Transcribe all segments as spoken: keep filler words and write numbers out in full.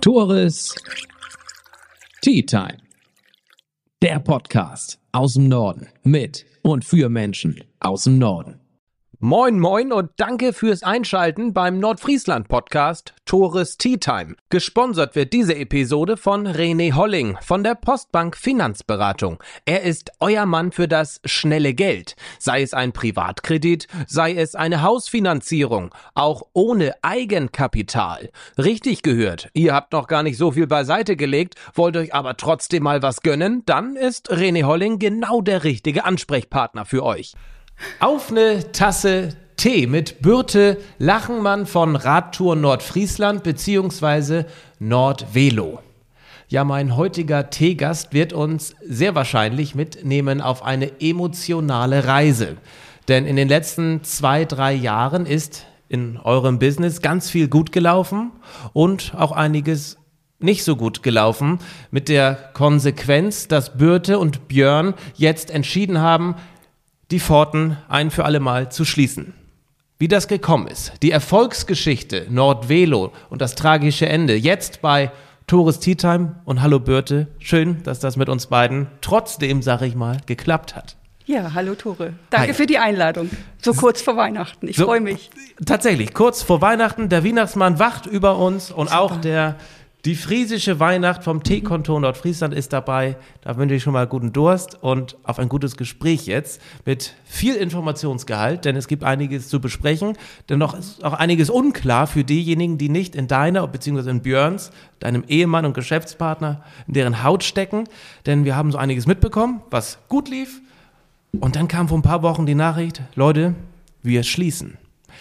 Tores Tea Time. Der Podcast aus dem Norden mit und für Menschen aus dem Norden. Moin moin und danke fürs Einschalten beim Nordfriesland-Podcast Tores Tea Time. Gesponsert wird diese Episode von René Holling von der Postbank Finanzberatung. Er ist euer Mann für das schnelle Geld. Sei es ein Privatkredit, sei es eine Hausfinanzierung, auch ohne Eigenkapital. Richtig gehört, ihr habt noch gar nicht so viel beiseite gelegt, wollt euch aber trotzdem mal was gönnen? Dann ist René Holling genau der richtige Ansprechpartner für euch. Auf eine Tasse Tee mit Bürte Lachenmann von Radtour Nordfriesland bzw. Nordvelo. Ja, mein heutiger Teegast wird uns sehr wahrscheinlich mitnehmen auf eine emotionale Reise. Denn in den letzten zwei, drei Jahren ist in eurem Business ganz viel gut gelaufen und auch einiges nicht so gut gelaufen. Mit der Konsequenz, dass Bürte und Björn jetzt entschieden haben, die Pforten ein für alle Mal zu schließen. Wie das gekommen ist, die Erfolgsgeschichte Nordvelo und das tragische Ende, jetzt bei Tores Tea Time. Und hallo Bürte, schön, dass das mit uns beiden trotzdem, sag ich mal, geklappt hat. Ja, hallo Tore. Danke Hi. für die Einladung. So kurz vor Weihnachten. Ich So, freue mich. Tatsächlich, kurz vor Weihnachten, der Weihnachtsmann wacht über uns und Super. auch der Die friesische Weihnacht vom Teekontor Nordfriesland ist dabei. Da wünsche ich schon mal guten Durst und auf ein gutes Gespräch jetzt mit viel Informationsgehalt, denn es gibt einiges zu besprechen. Dennoch ist auch einiges unklar für diejenigen, die nicht in deiner bzw. in Björns, deinem Ehemann und Geschäftspartner, in deren Haut stecken. Denn wir haben so einiges mitbekommen, was gut lief. Und dann kam vor ein paar Wochen die Nachricht, Leute, wir schließen.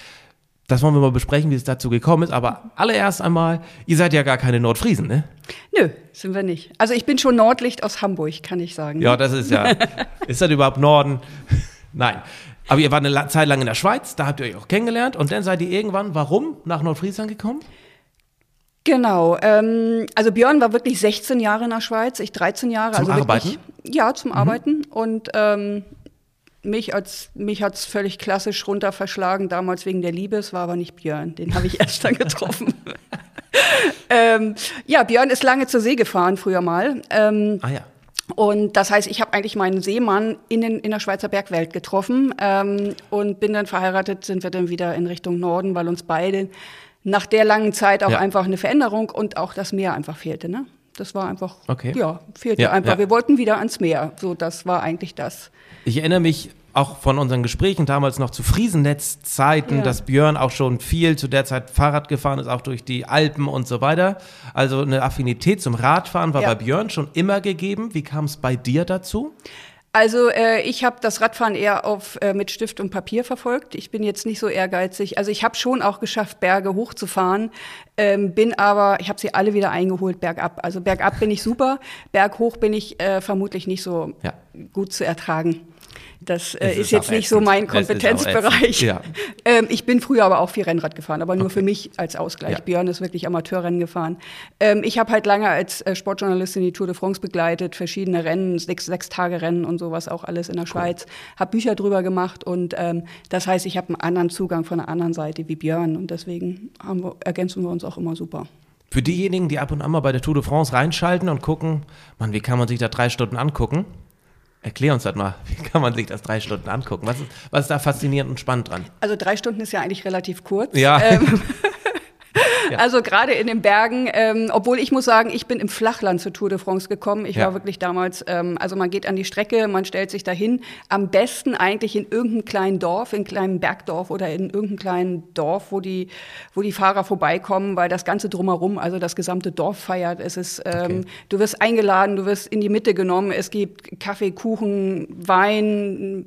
Das wollen wir mal besprechen, wie es dazu gekommen ist. Aber allererst einmal, ihr seid ja gar keine Nordfriesen, ne? Nö, sind wir nicht. Also ich bin schon Nordlicht aus Hamburg, kann ich sagen. Ja, das ist ja, ist das überhaupt Norden? Nein. Aber ihr wart eine Zeit lang in der Schweiz, da habt ihr euch auch kennengelernt. Und dann seid ihr irgendwann, warum, nach Nordfriesland gekommen? Genau. Ähm, also Björn war wirklich sechzehn Jahre in der Schweiz, ich dreizehn Jahre. Zum also Arbeiten? Wirklich, ja, zum mhm. Arbeiten. Und ähm, Mich, als, mich hat es völlig klassisch runter verschlagen, damals wegen der Liebe, es war aber nicht Björn, den habe ich erst dann getroffen. ähm, ja, Björn ist lange zur See gefahren, früher mal. Ähm, Ah ja. Und das heißt, ich habe eigentlich meinen Seemann in, den, in der Schweizer Bergwelt getroffen ähm, und bin dann verheiratet, sind wir dann wieder in Richtung Norden, weil uns beide nach der langen Zeit auch Ja. einfach eine Veränderung und auch das Meer einfach fehlte, ne? Das war einfach, Okay. ja, fehlte Ja, einfach. ja. Wir wollten wieder ans Meer, so das war eigentlich das. Ich erinnere mich auch von unseren Gesprächen damals noch zu Friesennetzzeiten, Ja. dass Björn auch schon viel zu der Zeit Fahrrad gefahren ist, auch durch die Alpen und so weiter. Also eine Affinität zum Radfahren war Ja. bei Björn schon immer gegeben. Wie kam es bei dir dazu? Also äh, ich habe das Radfahren eher auf äh, mit Stift und Papier verfolgt. Ich bin jetzt nicht so ehrgeizig. Also ich habe schon auch geschafft, Berge hochzufahren, ähm, bin aber, ich habe sie alle wieder eingeholt bergab. Also bergab bin ich super, berghoch bin ich äh, vermutlich nicht so Ja. gut zu ertragen. Das äh, Es ist, ist jetzt auch nicht so ätzend. mein Es ist auch Kompetenzbereich. ätzend, ja. ähm, ich bin früher aber auch viel Rennrad gefahren, aber nur Okay. für mich als Ausgleich. Ja. Björn ist wirklich Amateurrennen gefahren. Ähm, ich habe halt lange als äh, Sportjournalistin die Tour de France begleitet, verschiedene Rennen, sechs, sechs Tage Rennen und sowas, auch alles in der Schweiz. Habe Bücher drüber gemacht und ähm, das heißt, ich habe einen anderen Zugang von der anderen Seite wie Björn und deswegen haben wir, ergänzen wir uns auch immer super. Für diejenigen, die ab und an mal bei der Tour de France reinschalten und gucken, Mann, wie kann man sich da drei Stunden angucken? Erklär uns das mal, wie kann man sich das drei Stunden angucken? Was ist, was ist da faszinierend und spannend dran? Also drei Stunden ist ja eigentlich relativ kurz. Ja. Ähm, Ja. Also gerade in den Bergen, ähm, obwohl ich muss sagen, ich bin im Flachland zur Tour de France gekommen. Ich Ja. war wirklich damals, ähm, also man geht an die Strecke, man stellt sich dahin. Am besten eigentlich in irgendeinem kleinen Dorf, in einem kleinen Bergdorf oder in irgendeinem kleinen Dorf, wo die, wo die Fahrer vorbeikommen, weil das Ganze drumherum, also das gesamte Dorf feiert. Es ist, ähm, Okay. du wirst eingeladen, du wirst in die Mitte genommen. Es gibt Kaffee, Kuchen, Wein,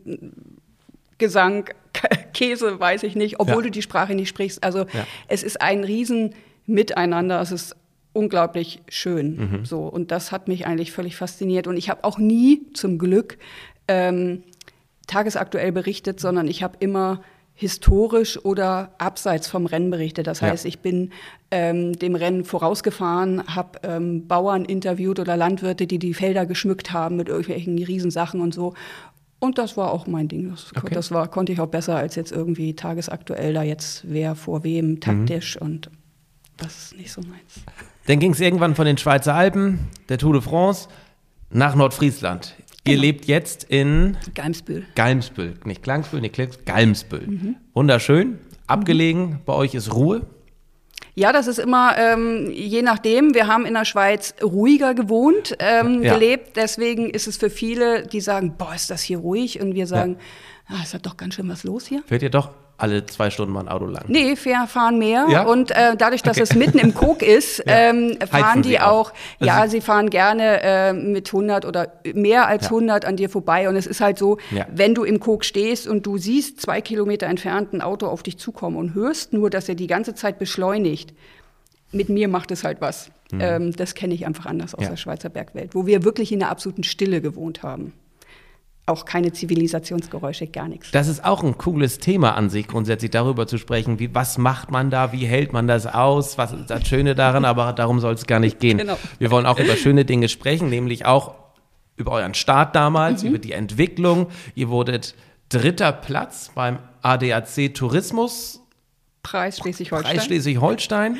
Gesang, Käse, weiß ich nicht, obwohl Ja. du die Sprache nicht sprichst. Also Ja. es ist ein riesen Miteinander, es ist unglaublich schön. Mhm. So, und das hat mich eigentlich völlig fasziniert. Und ich habe auch nie zum Glück ähm, tagesaktuell berichtet, sondern ich habe immer historisch oder abseits vom Rennen berichtet. Das Ja. heißt, ich bin ähm, dem Rennen vorausgefahren, habe ähm, Bauern interviewt oder Landwirte, die die Felder geschmückt haben mit irgendwelchen Riesensachen und so. Und das war auch mein Ding. Das, Okay. das war, konnte ich auch besser als jetzt irgendwie tagesaktuell da jetzt wer vor wem taktisch. Mhm. Und das ist nicht so meins. Dann ging es irgendwann von den Schweizer Alpen, der Tour de France, nach Nordfriesland. Ihr Genau. lebt jetzt in Galmsbühl. Galmsbühl. Nicht Klangsbühl, nicht Klangsbühl, Galmsbühl. Mhm. Wunderschön, abgelegen, mhm. Bei euch ist Ruhe. Ja, das ist immer ähm, je nachdem. Wir haben in der Schweiz ruhiger gewohnt, ähm, ja. gelebt. Deswegen ist es für viele, die sagen, boah, ist das hier ruhig? Und wir sagen, ja. ah, ist da doch ganz schön was los hier. Fährt ihr doch alle zwei Stunden mal ein Auto lang? Nee, wir fahren mehr. Ja? Und äh, dadurch, dass okay. es mitten im Kog ist, ja. ähm, fahren Heizen die Sie auch, auch. ja, also sie fahren gerne äh, mit hundert oder mehr als ja. hundert an dir vorbei. Und es ist halt so, ja. wenn du im Kog stehst und du siehst zwei Kilometer entfernt ein Auto auf dich zukommen und hörst nur, dass er die ganze Zeit beschleunigt, mit mir macht es halt was. Mhm. Ähm, das kenne ich einfach anders aus ja. der Schweizer Bergwelt, wo wir wirklich in der absoluten Stille gewohnt haben. Auch keine Zivilisationsgeräusche, gar nichts. Das ist auch ein cooles Thema an sich, grundsätzlich darüber zu sprechen, wie, was macht man da, wie hält man das aus, was ist das Schöne daran, aber darum soll es gar nicht gehen. Genau. Wir wollen auch über schöne Dinge sprechen, nämlich auch über euren Start damals, mhm. über die Entwicklung. Ihr wurdet dritter Platz beim A D A C Tourismus Preis Schleswig-Holstein. Preis Schleswig-Holstein.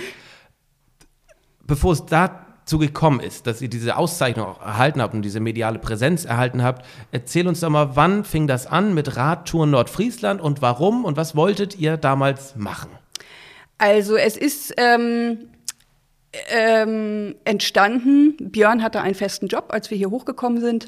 Bevor es dazu gekommen ist, dass ihr diese Auszeichnung auch erhalten habt und diese mediale Präsenz erhalten habt, erzähl uns doch mal, wann fing das an mit Radtouren Nordfriesland und warum und was wolltet ihr damals machen? Also es ist ähm, ähm, entstanden, Björn hatte einen festen Job, als wir hier hochgekommen sind.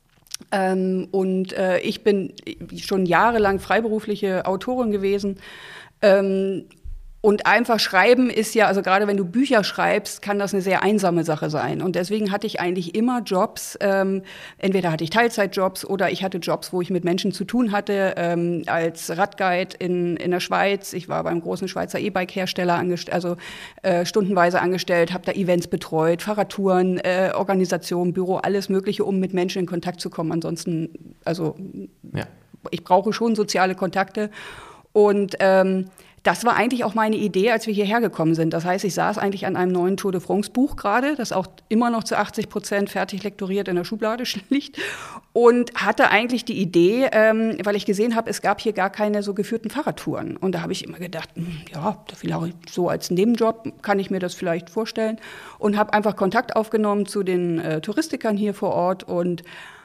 Ähm, und äh, ich bin schon jahrelang freiberufliche Autorin gewesen. Ähm, Und einfach schreiben ist ja, also gerade wenn du Bücher schreibst, kann das eine sehr einsame Sache sein. Und deswegen hatte ich eigentlich immer Jobs, ähm, entweder hatte ich Teilzeitjobs oder ich hatte Jobs, wo ich mit Menschen zu tun hatte, ähm, als Radguide in, in der Schweiz. Ich war beim großen Schweizer E-Bike-Hersteller angest- also äh, stundenweise angestellt, habe da Events betreut, Fahrradtouren, äh, Organisation, Büro, alles Mögliche, um mit Menschen in Kontakt zu kommen. Ansonsten, also ja. ich brauche schon soziale Kontakte. Und ähm, das war eigentlich auch meine Idee, als wir hierher gekommen sind. Das heißt, ich saß eigentlich an einem neuen Tour de France Buch gerade, das auch immer noch zu achtzig Prozent fertig lektoriert in der Schublade liegt. Und hatte eigentlich die Idee, ähm, weil ich gesehen habe, es gab hier gar keine so geführten Fahrradtouren. Und da habe ich immer gedacht, ja, vielleicht so als Nebenjob kann ich mir das vielleicht vorstellen. Und habe einfach Kontakt aufgenommen zu den äh, Touristikern hier vor Ort und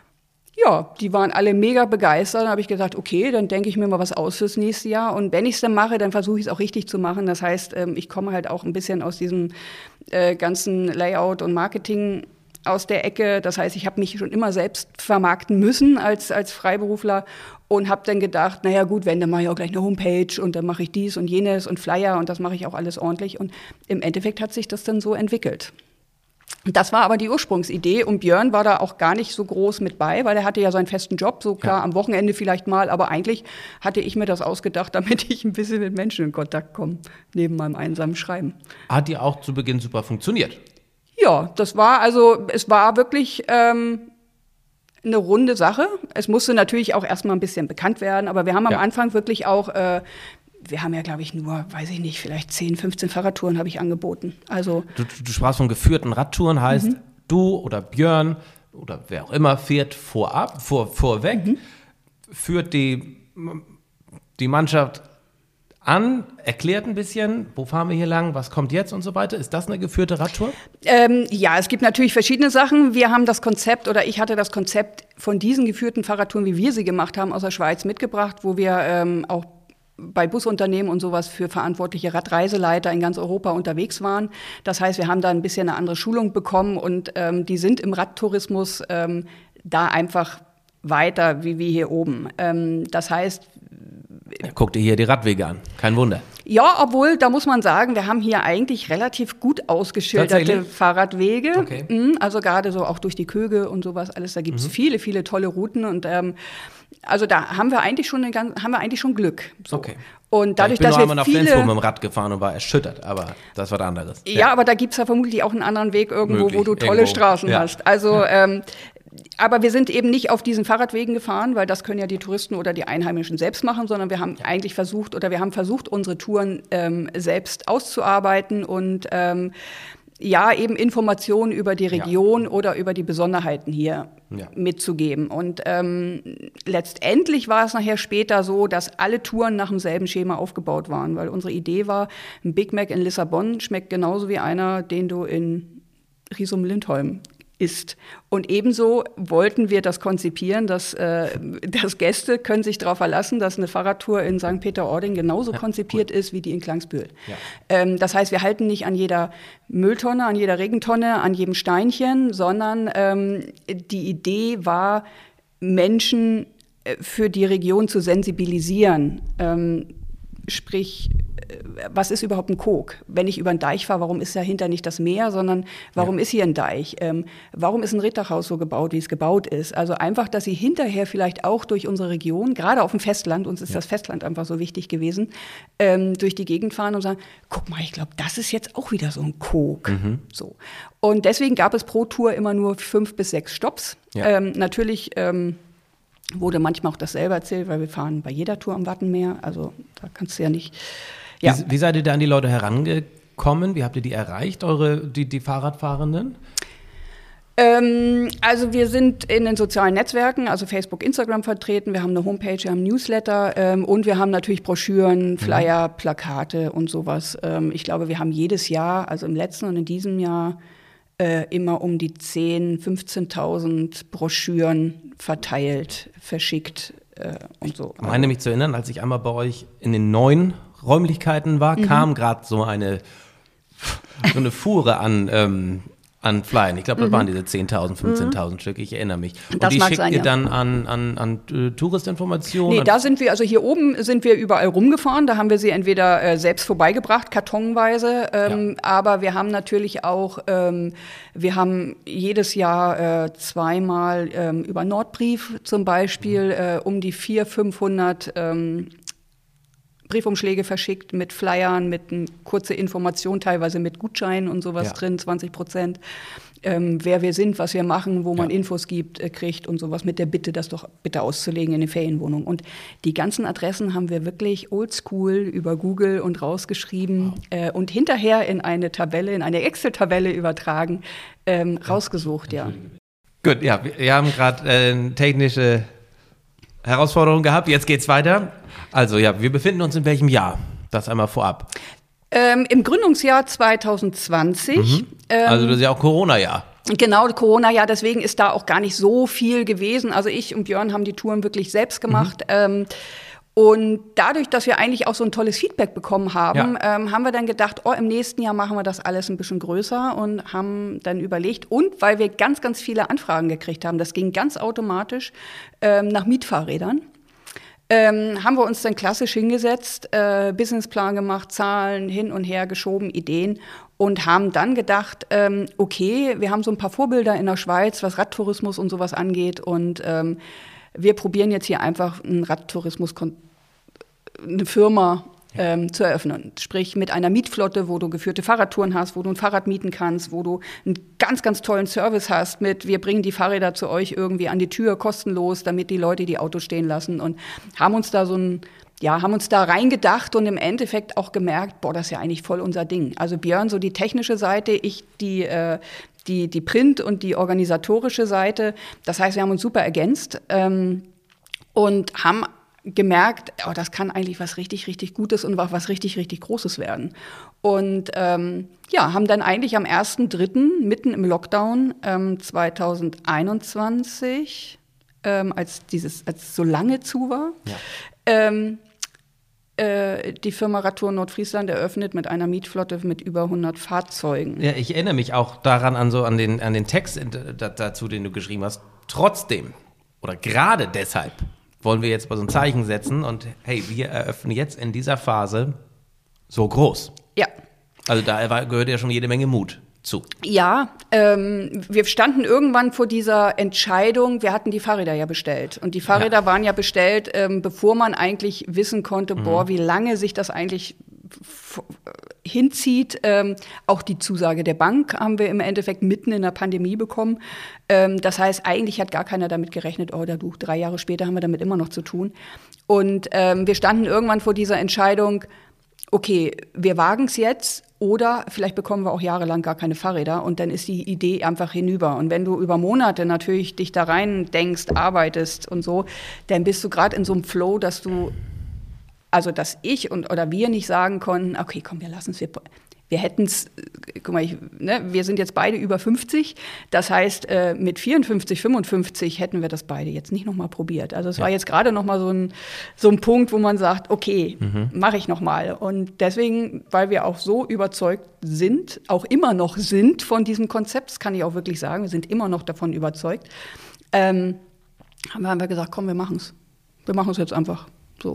ja, die waren alle mega begeistert. Dann habe ich gesagt, okay, dann denke ich mir mal was aus fürs nächste Jahr. Und wenn ich es dann mache, dann versuche ich es auch richtig zu machen. Das heißt, ich komme halt auch ein bisschen aus diesem äh, ganzen Layout und Marketing aus der Ecke. Das heißt, ich habe mich schon immer selbst vermarkten müssen als, als Freiberufler und habe dann gedacht, naja gut, wenn, dann mache ich auch gleich eine Homepage und dann mache ich dies und jenes und Flyer und das mache ich auch alles ordentlich. Und im Endeffekt hat sich das dann so entwickelt. Das war aber die Ursprungsidee und Björn war da auch gar nicht so groß mit bei, weil er hatte ja seinen festen Job, so klar, ja. am Wochenende vielleicht mal, aber eigentlich hatte ich mir das ausgedacht, damit ich ein bisschen mit Menschen in Kontakt komme, neben meinem einsamen Schreiben. Hat die auch zu Beginn super funktioniert? Ja, das war also, es war wirklich ähm, eine runde Sache. Es musste natürlich auch erstmal ein bisschen bekannt werden, aber wir haben am ja. Anfang wirklich auch äh, wir haben ja, glaube ich, nur, weiß ich nicht, vielleicht zehn, fünfzehn Fahrradtouren habe ich angeboten. Also du, du sprachst von geführten Radtouren, heißt mhm. du oder Björn oder wer auch immer fährt vorab, vor, vorweg, mhm. führt die, die Mannschaft an, erklärt ein bisschen, wo fahren wir hier lang, was kommt jetzt und so weiter. Ist das eine geführte Radtour? Ähm, ja, es gibt natürlich verschiedene Sachen. Wir haben das Konzept oder ich hatte das Konzept von diesen geführten Fahrradtouren, wie wir sie gemacht haben, aus der Schweiz mitgebracht, wo wir ähm, auch bei Busunternehmen und sowas für verantwortliche Radreiseleiter in ganz Europa unterwegs waren. Das heißt, wir haben da ein bisschen eine andere Schulung bekommen und ähm, die sind im Radtourismus ähm, da einfach weiter wie wir hier oben. Ähm, das heißt, ja, guck dir hier die Radwege an, kein Wunder. Ja, obwohl, da muss man sagen, wir haben hier eigentlich relativ gut ausgeschilderte Fahrradwege. Okay. Also gerade so auch durch die Köge und sowas alles, da gibt's mhm. viele, viele tolle Routen und ähm, also da haben wir eigentlich schon eine ganz, haben wir eigentlich schon Glück. So. Okay. Und dadurch, ja, ich bin dass nur wir einmal nach viele Flensburg mit dem Rad gefahren und war erschüttert, aber das war was anderes. Ja, ja, aber da gibt's ja vermutlich auch einen anderen Weg irgendwo, Möglich, wo du tolle irgendwo. Straßen ja. hast. Also ja. ähm, aber wir sind eben nicht auf diesen Fahrradwegen gefahren, weil das können ja die Touristen oder die Einheimischen selbst machen, sondern wir haben ja. eigentlich versucht oder wir haben versucht, unsere Touren ähm, selbst auszuarbeiten und ähm, ja, eben Informationen über die Region ja. oder über die Besonderheiten hier ja. mitzugeben. Und ähm, letztendlich war es nachher später so, dass alle Touren nach demselben Schema aufgebaut waren, weil unsere Idee war, ein Big Mac in Lissabon schmeckt genauso wie einer, den du in Husum-Lindholm isst. Und ebenso wollten wir das konzipieren, dass, äh, dass Gäste können sich darauf verlassen, dass eine Fahrradtour in Sankt Peter-Ording genauso ja, konzipiert cool. ist wie die in Klangsbühl. Ja. Ähm, das heißt, wir halten nicht an jeder Mülltonne, an jeder Regentonne, an jedem Steinchen, sondern ähm, die Idee war, Menschen für die Region zu sensibilisieren. Ähm, sprich, was ist überhaupt ein Kog? Wenn ich über einen Deich fahre, warum ist dahinter nicht das Meer, sondern warum ja. ist hier ein Deich? Ähm, warum ist ein Rittachhaus so gebaut, wie es gebaut ist? Also einfach, dass sie hinterher vielleicht auch durch unsere Region, gerade auf dem Festland, uns ist ja. das Festland einfach so wichtig gewesen, ähm, durch die Gegend fahren und sagen, guck mal, ich glaube, das ist jetzt auch wieder so ein Kog. Mhm. So. Und deswegen gab es pro Tour immer nur fünf bis sechs Stopps. Ja. Ähm, natürlich ähm, wurde manchmal auch dasselbe erzählt, weil wir fahren bei jeder Tour am Wattenmeer. Also da kannst du ja nicht... Ja. Wie, wie seid ihr da an die Leute herangekommen? Wie habt ihr die erreicht, eure, die, die Fahrradfahrenden? Ähm, also wir sind in den sozialen Netzwerken, also Facebook, Instagram vertreten. Wir haben eine Homepage, wir haben ein Newsletter ähm, und wir haben natürlich Broschüren, Flyer, mhm. Plakate und sowas. Ähm, ich glaube, wir haben jedes Jahr, also im letzten und in diesem Jahr, äh, immer um die zehntausend, fünfzehntausend Broschüren verteilt, verschickt äh, und so. Ich meine mich zu erinnern, als ich einmal bei euch in den neuen Räumlichkeiten war, mhm. kam gerade so eine, so eine Fuhre an, ähm, an Flyern. Ich glaube, das mhm. waren diese zehntausend, fünfzehntausend mhm. Stück, ich erinnere mich. Und das die mag schickt sein, ihr ja. dann an, an, an äh, Touristinformationen? Nee, da sind wir, also hier oben sind wir überall rumgefahren. Da haben wir sie entweder äh, selbst vorbeigebracht, kartonweise, ähm, ja. aber wir haben natürlich auch, ähm, wir haben jedes Jahr äh, zweimal ähm, über Nordbrief zum Beispiel mhm. äh, um die vierhundert, fünfhundert ähm, Briefumschläge verschickt mit Flyern, mit n, kurze Information, teilweise mit Gutscheinen und sowas ja. drin, zwanzig Prozent. Ähm, wer wir sind, was wir machen, wo man ja. Infos gibt, äh, kriegt und sowas mit der Bitte, das doch bitte auszulegen in den Ferienwohnungen. Und die ganzen Adressen haben wir wirklich oldschool über Google und rausgeschrieben wow. äh, und hinterher in eine Tabelle, in eine Excel-Tabelle übertragen, ähm, ja. rausgesucht, ja. Gut, ja, wir haben gerade äh, technische Herausforderungen gehabt, jetzt geht's weiter. Also ja, wir befinden uns in welchem Jahr? Das einmal vorab. Ähm, Im Gründungsjahr zwanzig zwanzig. Mhm. Ähm, also das ist ja auch Corona-Jahr. Genau, Corona-Jahr, deswegen ist da auch gar nicht so viel gewesen. Also ich und Björn haben die Touren wirklich selbst gemacht. Mhm. Ähm, und dadurch, dass wir eigentlich auch so ein tolles Feedback bekommen haben, ja. ähm, haben wir dann gedacht, oh, im nächsten Jahr machen wir das alles ein bisschen größer und haben dann überlegt. Und weil wir ganz, ganz viele Anfragen gekriegt haben, das ging ganz automatisch ähm, nach Mietfahrrädern. Ähm, haben wir uns dann klassisch hingesetzt, äh, Businessplan gemacht, Zahlen hin und her geschoben, Ideen und haben dann gedacht, ähm, okay, wir haben so ein paar Vorbilder in der Schweiz, was Radtourismus und sowas angeht und ähm, wir probieren jetzt hier einfach einen Radtourismus, eine Firma ähm, zu eröffnen. Sprich mit einer Mietflotte, wo du geführte Fahrradtouren hast, wo du ein Fahrrad mieten kannst, wo du einen ganz, ganz tollen Service hast mit, wir bringen die Fahrräder zu euch irgendwie an die Tür kostenlos, damit die Leute die Autos stehen lassen und haben uns da so ein, ja, haben uns da reingedacht und im Endeffekt auch gemerkt, boah, das ist ja eigentlich voll unser Ding. Also Björn so die technische Seite, ich die, äh, die, die Print- und die organisatorische Seite. Das heißt, wir haben uns super ergänzt ähm, und haben gemerkt, oh, das kann eigentlich was richtig, richtig Gutes und auch was richtig, richtig Großes werden. Und ähm, ja, haben dann eigentlich am ersten dritten mitten im Lockdown ähm, zwanzig einundzwanzig, ähm, als dieses, als es so lange zu war, ja. ähm, äh, die Firma Radtour Nordfriesland eröffnet mit einer Mietflotte mit über hundert Fahrzeugen. Ja, ich erinnere mich auch daran an so an den an den Text dazu, den du geschrieben hast. Trotzdem oder gerade deshalb wollen wir jetzt mal so ein Zeichen setzen und hey, wir eröffnen jetzt in dieser Phase so groß. Ja. Also da gehört ja schon jede Menge Mut zu. Ja, ähm, wir standen irgendwann vor dieser Entscheidung, wir hatten die Fahrräder ja bestellt. Und die Fahrräder ja. waren ja bestellt, ähm, bevor man eigentlich wissen konnte, mhm. boah, wie lange sich das eigentlich f- hinzieht. Ähm, auch die Zusage der Bank haben wir im Endeffekt mitten in der Pandemie bekommen. Ähm, das heißt, eigentlich hat gar keiner damit gerechnet, oh, da du, drei Jahre später haben wir damit immer noch zu tun. Und ähm, wir standen irgendwann vor dieser Entscheidung, okay, wir wagen es jetzt Oder vielleicht bekommen wir auch jahrelang gar keine Fahrräder und dann ist die Idee einfach hinüber. Und wenn du über Monate natürlich dich da rein denkst, arbeitest und so, dann bist du gerade in so einem Flow, dass du, also dass ich und oder wir nicht sagen konnten, okay, komm, wir lassen es, wir, wir hätten es, guck mal, ich, ne, wir sind jetzt beide über fünfzig, das heißt, äh, mit vierundfünfzig, fünfundfünfzig hätten wir das beide jetzt nicht nochmal probiert. Also es ja. war jetzt gerade nochmal so ein, so ein Punkt, wo man sagt, okay, mhm. mache ich nochmal. Und deswegen, weil wir auch so überzeugt sind, auch immer noch sind von diesem Konzept, das kann ich auch wirklich sagen, wir sind immer noch davon überzeugt, ähm, haben wir einfach gesagt, komm, wir machen es. Wir machen es jetzt einfach so.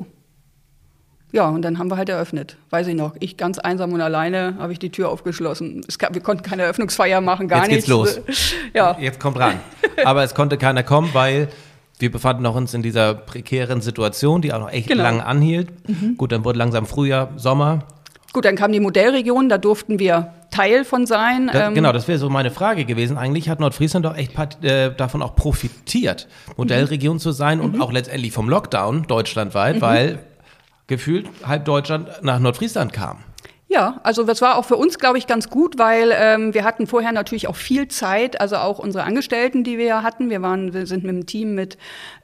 Ja, und dann haben wir halt eröffnet. Weiß ich noch, ich ganz einsam und alleine habe ich die Tür aufgeschlossen. Es gab, wir konnten keine Eröffnungsfeier machen, gar nichts. Jetzt geht's los. Ja. Jetzt kommt ran. Aber es konnte keiner kommen, weil wir befanden noch uns in dieser prekären Situation, die auch noch echt genau. lang anhielt. Mhm. Gut, dann wurde langsam Frühjahr, Sommer. Gut, dann kam die Modellregion, da durften wir Teil von sein. Das, ähm, genau, das wäre so meine Frage gewesen. Eigentlich hat Nordfriesland doch echt part, äh, davon auch profitiert, Modellregion mhm. zu sein und mhm. auch letztendlich vom Lockdown deutschlandweit, mhm. weil gefühlt halb Deutschland nach Nordfriesland kam. Ja, also das war auch für uns, glaube ich, ganz gut, weil ähm, wir hatten vorher natürlich auch viel Zeit, also auch unsere Angestellten, die wir ja hatten. Wir waren, wir sind mit einem Team mit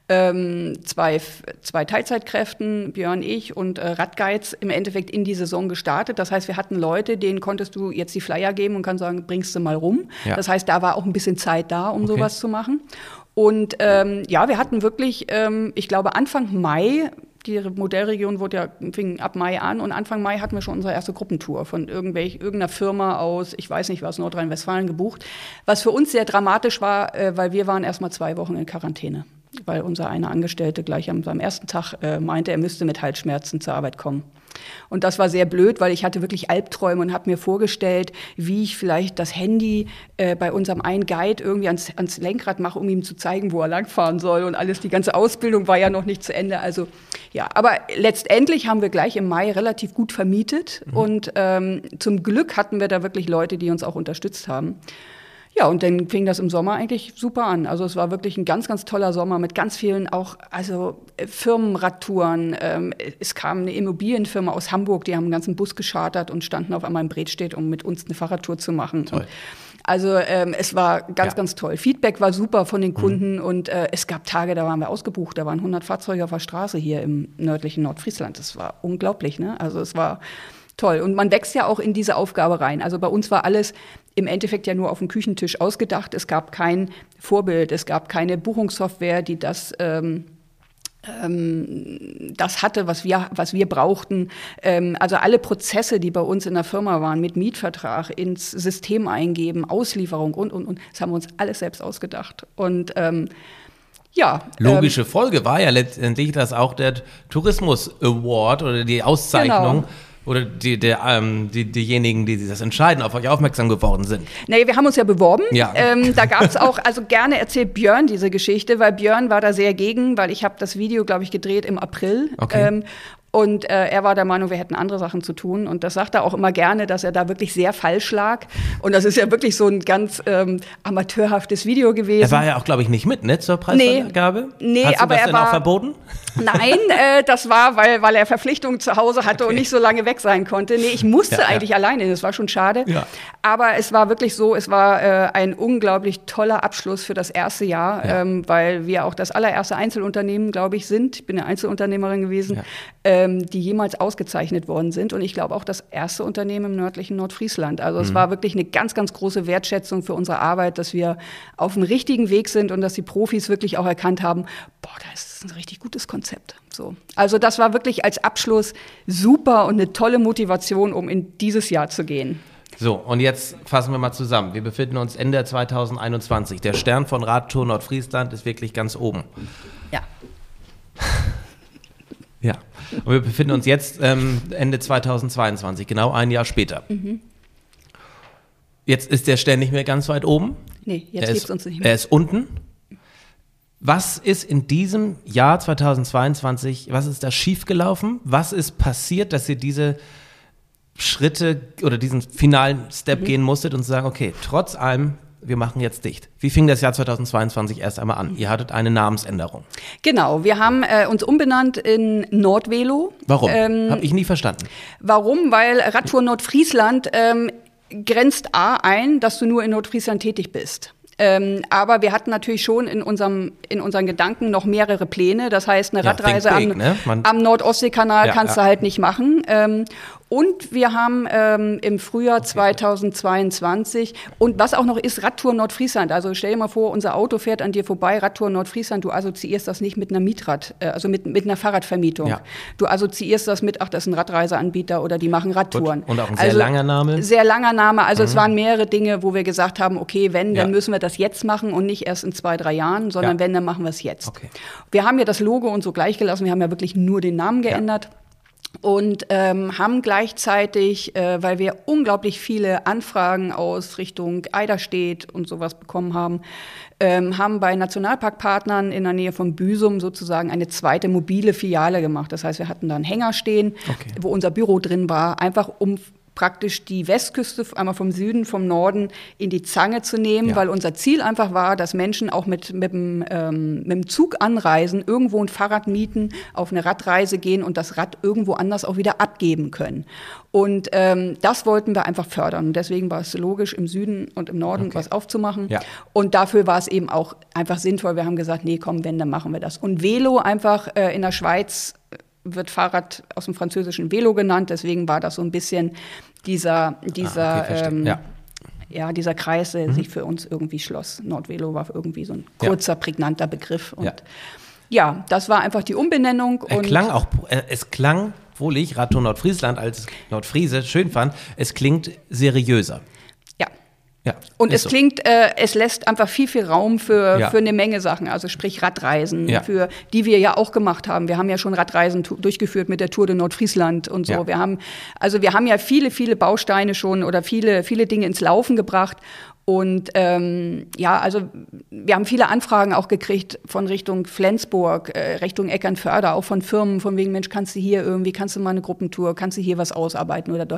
ähm, zwei, zwei Teilzeitkräften, Björn, ich und äh, Radgeiz im Endeffekt in die Saison gestartet. Das heißt, wir hatten Leute, denen konntest du jetzt die Flyer geben und kannst sagen, bringst du mal rum. Ja. Das heißt, da war auch ein bisschen Zeit da, um okay. sowas zu machen. Und ähm, ja, wir hatten wirklich, ähm, ich glaube, Anfang Mai, die Modellregion wurde ja, fing ab Mai an und Anfang Mai hatten wir schon unsere erste Gruppentour von irgendwelch, irgendeiner Firma aus, ich weiß nicht was, Nordrhein-Westfalen gebucht. Was für uns sehr dramatisch war, äh, weil wir waren erst mal zwei Wochen in Quarantäne. Weil unser einer Angestellte gleich am, am ersten Tag äh, meinte, er müsste mit Halsschmerzen zur Arbeit kommen. Und das war sehr blöd, weil ich hatte wirklich Albträume und habe mir vorgestellt, wie ich vielleicht das Handy äh, bei unserem einen Guide irgendwie ans, ans Lenkrad mache, um ihm zu zeigen, wo er langfahren soll und alles. Die ganze Ausbildung war ja noch nicht zu Ende. Also ja, aber letztendlich haben wir gleich im Mai relativ gut vermietet mhm. und ähm, zum Glück hatten wir da wirklich Leute, die uns auch unterstützt haben. Ja, und dann fing das im Sommer eigentlich super an. Also es war wirklich ein ganz, ganz toller Sommer mit ganz vielen auch, also Firmenradtouren. Ähm, es kam eine Immobilienfirma aus Hamburg, die haben einen ganzen Bus geschartert und standen auf einmal in Bredstedt, um mit uns eine Fahrradtour zu machen. Toll. Also ähm, es war ganz, ja. ganz toll. Feedback war super von den Kunden mhm. und äh, es gab Tage, da waren wir ausgebucht. Da waren hundert Fahrzeuge auf der Straße hier im nördlichen Nordfriesland. Das war unglaublich, ne? Also es war toll. Und man wächst ja auch in diese Aufgabe rein. Also bei uns war alles im Endeffekt ja nur auf dem Küchentisch ausgedacht. Es gab kein Vorbild, es gab keine Buchungssoftware, die das ähm, ähm, das hatte, was wir, was wir brauchten. Ähm, also alle Prozesse, die bei uns in der Firma waren, mit Mietvertrag, ins System eingeben, Auslieferung und, und, und, das haben wir uns alles selbst ausgedacht. Und ähm, ja. Logische ähm, Folge war ja letztendlich, dass auch der Tourismus Award oder die Auszeichnung genau. Oder die, der, ähm, die, diejenigen, die das entscheiden, auf euch aufmerksam geworden sind. Nee, wir haben uns ja beworben. Ja. Ähm, da gab es auch, also gerne erzählt Björn diese Geschichte, weil Björn war da sehr gegen, weil ich habe das Video, glaube ich, gedreht im April. Okay. Ähm, Und äh, er war der Meinung, wir hätten andere Sachen zu tun. Und das sagt er auch immer gerne, dass er da wirklich sehr falsch lag. Und das ist ja wirklich so ein ganz ähm, amateurhaftes Video gewesen. Er war ja auch, glaube ich, nicht mit, ne, zur Preisvergabe? Nee, nee, Hast du aber das er denn war auch verboten? Nein, äh, das war, weil, weil er Verpflichtungen zu Hause hatte okay. und nicht so lange weg sein konnte. Nee, ich musste ja, eigentlich ja. alleine, das war schon schade. Ja. Aber es war wirklich so, es war äh, ein unglaublich toller Abschluss für das erste Jahr, ja. ähm, weil wir auch das allererste Einzelunternehmen, glaube ich, sind. Ich bin eine Einzelunternehmerin gewesen, ja. ähm, die jemals ausgezeichnet worden sind. Und ich glaube auch das erste Unternehmen im nördlichen Nordfriesland. Also es mhm. war wirklich eine ganz, ganz große Wertschätzung für unsere Arbeit, dass wir auf dem richtigen Weg sind und dass die Profis wirklich auch erkannt haben, boah, das ist ein richtig gutes Konzept. So. Also das war wirklich als Abschluss super und eine tolle Motivation, um in dieses Jahr zu gehen. So, und jetzt fassen wir mal zusammen. Wir befinden uns Ende zwanzig einundzwanzig. Der Stern von Radtour Nordfriesland ist wirklich ganz oben. Ja. Ja, und wir befinden uns jetzt ähm, Ende zweitausendzweiundzwanzig, genau ein Jahr später. Mhm. Jetzt ist der Stern nicht mehr ganz weit oben. Nee, jetzt gibt es uns nicht mehr. Er ist unten. Was ist in diesem Jahr zweitausendzweiundzwanzig, was ist da schiefgelaufen? Was ist passiert, dass ihr diese Schritte oder diesen finalen Step mhm. gehen musstet und zu sagen, okay, trotz allem, wir machen jetzt dicht. Wie fing das Jahr zweitausendzweiundzwanzig erst einmal an? Ihr hattet eine Namensänderung. Genau, wir haben äh, uns umbenannt in Nordvelo. Warum? Ähm, Habe ich nie verstanden. Warum? Weil Radtour Nordfriesland ähm, grenzt A ein, dass du nur in Nordfriesland tätig bist. Ähm, aber wir hatten natürlich schon in unserem in unseren Gedanken noch mehrere Pläne. Das heißt, eine Ja, Radreise think big, am, ne? Man- am Nordostseekanal Ja, kannst ja. du halt nicht machen. Ähm, und wir haben ähm, im Frühjahr zweitausendzweiundzwanzig und was auch noch ist, Radtour Nordfriesland. Also stell dir mal vor, unser Auto fährt an dir vorbei, Radtour Nordfriesland. Du assoziierst das nicht mit einer Mietrad, äh, also mit, mit einer Fahrradvermietung. Ja. Du assoziierst das mit, ach, das ist ein Radreiseanbieter oder die machen Radtouren. Gut. Und auch ein sehr also, langer Name. Sehr langer Name. Also mhm. es waren mehrere Dinge, wo wir gesagt haben, okay, wenn, dann Ja. müssen wir das jetzt machen und nicht erst in zwei, drei Jahren, sondern Ja. wenn, dann machen wir es jetzt. Okay. Wir haben ja das Logo und so gleich gelassen. Wir haben ja wirklich nur den Namen geändert. Ja. Und ähm, haben gleichzeitig, äh, weil wir unglaublich viele Anfragen aus Richtung Eiderstedt und sowas bekommen haben, ähm, haben bei Nationalparkpartnern in der Nähe von Büsum sozusagen eine zweite mobile Filiale gemacht. Das heißt, wir hatten da einen Hänger stehen, Okay. wo unser Büro drin war, einfach um praktisch die Westküste einmal vom Süden, vom Norden in die Zange zu nehmen, Ja. weil unser Ziel einfach war, dass Menschen auch mit, mit, dem, ähm, mit dem Zug anreisen, irgendwo ein Fahrrad mieten, auf eine Radreise gehen und das Rad irgendwo anders auch wieder abgeben können. Und ähm, das wollten wir einfach fördern. Und deswegen war es logisch, im Süden und im Norden Okay. was aufzumachen. Ja. Und dafür war es eben auch einfach sinnvoll. Wir haben gesagt, nee, komm, wenn, dann machen wir das. Und Velo einfach äh, in der Schweiz wird Fahrrad aus dem französischen Velo genannt, deswegen war das so ein bisschen dieser, dieser, Ah, okay, verstehe. ähm, Ja. ja, dieser Kreis, der Mhm. sich für uns irgendwie schloss. Nordvelo war irgendwie so ein kurzer, Ja. prägnanter Begriff. Und Ja. ja, das war einfach die Umbenennung. Er und klang auch, äh, es klang, obwohl ich Radtour Nordfriesland als Nordfriese schön fand, es klingt seriöser. ja. Ja, Und ist es so. klingt, äh, es lässt einfach viel, viel Raum für, Ja. für eine Menge Sachen, also sprich Radreisen, Ja. für die wir ja auch gemacht haben. Wir haben ja schon Radreisen tu- durchgeführt mit der Tour de Nordfriesland und so. Ja. Wir haben, also wir haben ja viele, viele Bausteine schon oder viele, viele Dinge ins Laufen gebracht. Und ähm, ja, also wir haben viele Anfragen auch gekriegt von Richtung Flensburg, äh, Richtung Eckernförde, auch von Firmen, von wegen, Mensch, kannst du hier irgendwie, kannst du mal eine Gruppentour, kannst du hier was ausarbeiten oder dort.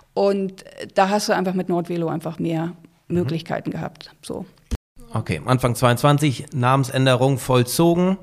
Und da hast du einfach mit Nordvelo einfach mehr Möglichkeiten gehabt. So. Okay, Anfang zweiundzwanzig, Namensänderung vollzogen.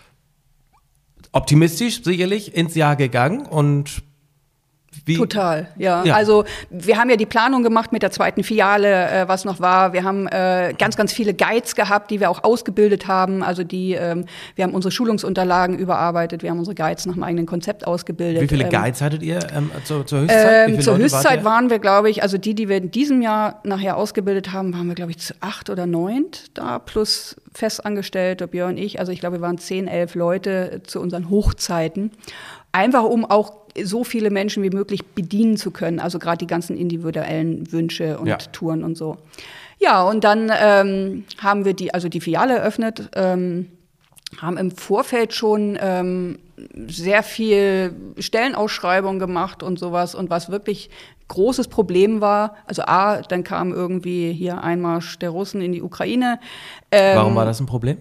Optimistisch sicherlich ins Jahr gegangen und wie? Total, ja. Ja. Also wir haben ja die Planung gemacht mit der zweiten Filiale, äh, was noch war. Wir haben äh, ganz, ganz viele Guides gehabt, die wir auch ausgebildet haben. Also die, ähm, wir haben unsere Schulungsunterlagen überarbeitet, wir haben unsere Guides nach einem eigenen Konzept ausgebildet. Wie viele Ähm, Guides hattet ihr ähm, zur, zur Höchstzeit? Wie Ähm, viele zur Leute wart Höchstzeit ihr? waren wir, glaube ich, also die, die wir in diesem Jahr nachher ausgebildet haben, waren wir, glaube ich, zu acht oder neunt da, plus Festangestellte, Björn, ich. Also ich glaube, wir waren zehn, elf Leute zu unseren Hochzeiten. Einfach um auch so viele Menschen wie möglich bedienen zu können. Also gerade die ganzen individuellen Wünsche und Ja. Touren und so. Ja, und dann ähm, haben wir die, also die Filiale eröffnet, ähm, haben im Vorfeld schon ähm, sehr viel Stellenausschreibungen gemacht und sowas. Und was wirklich großes Problem war, also A, dann kam irgendwie hier Einmarsch der Russen in die Ukraine. Ähm, Warum war das ein Problem?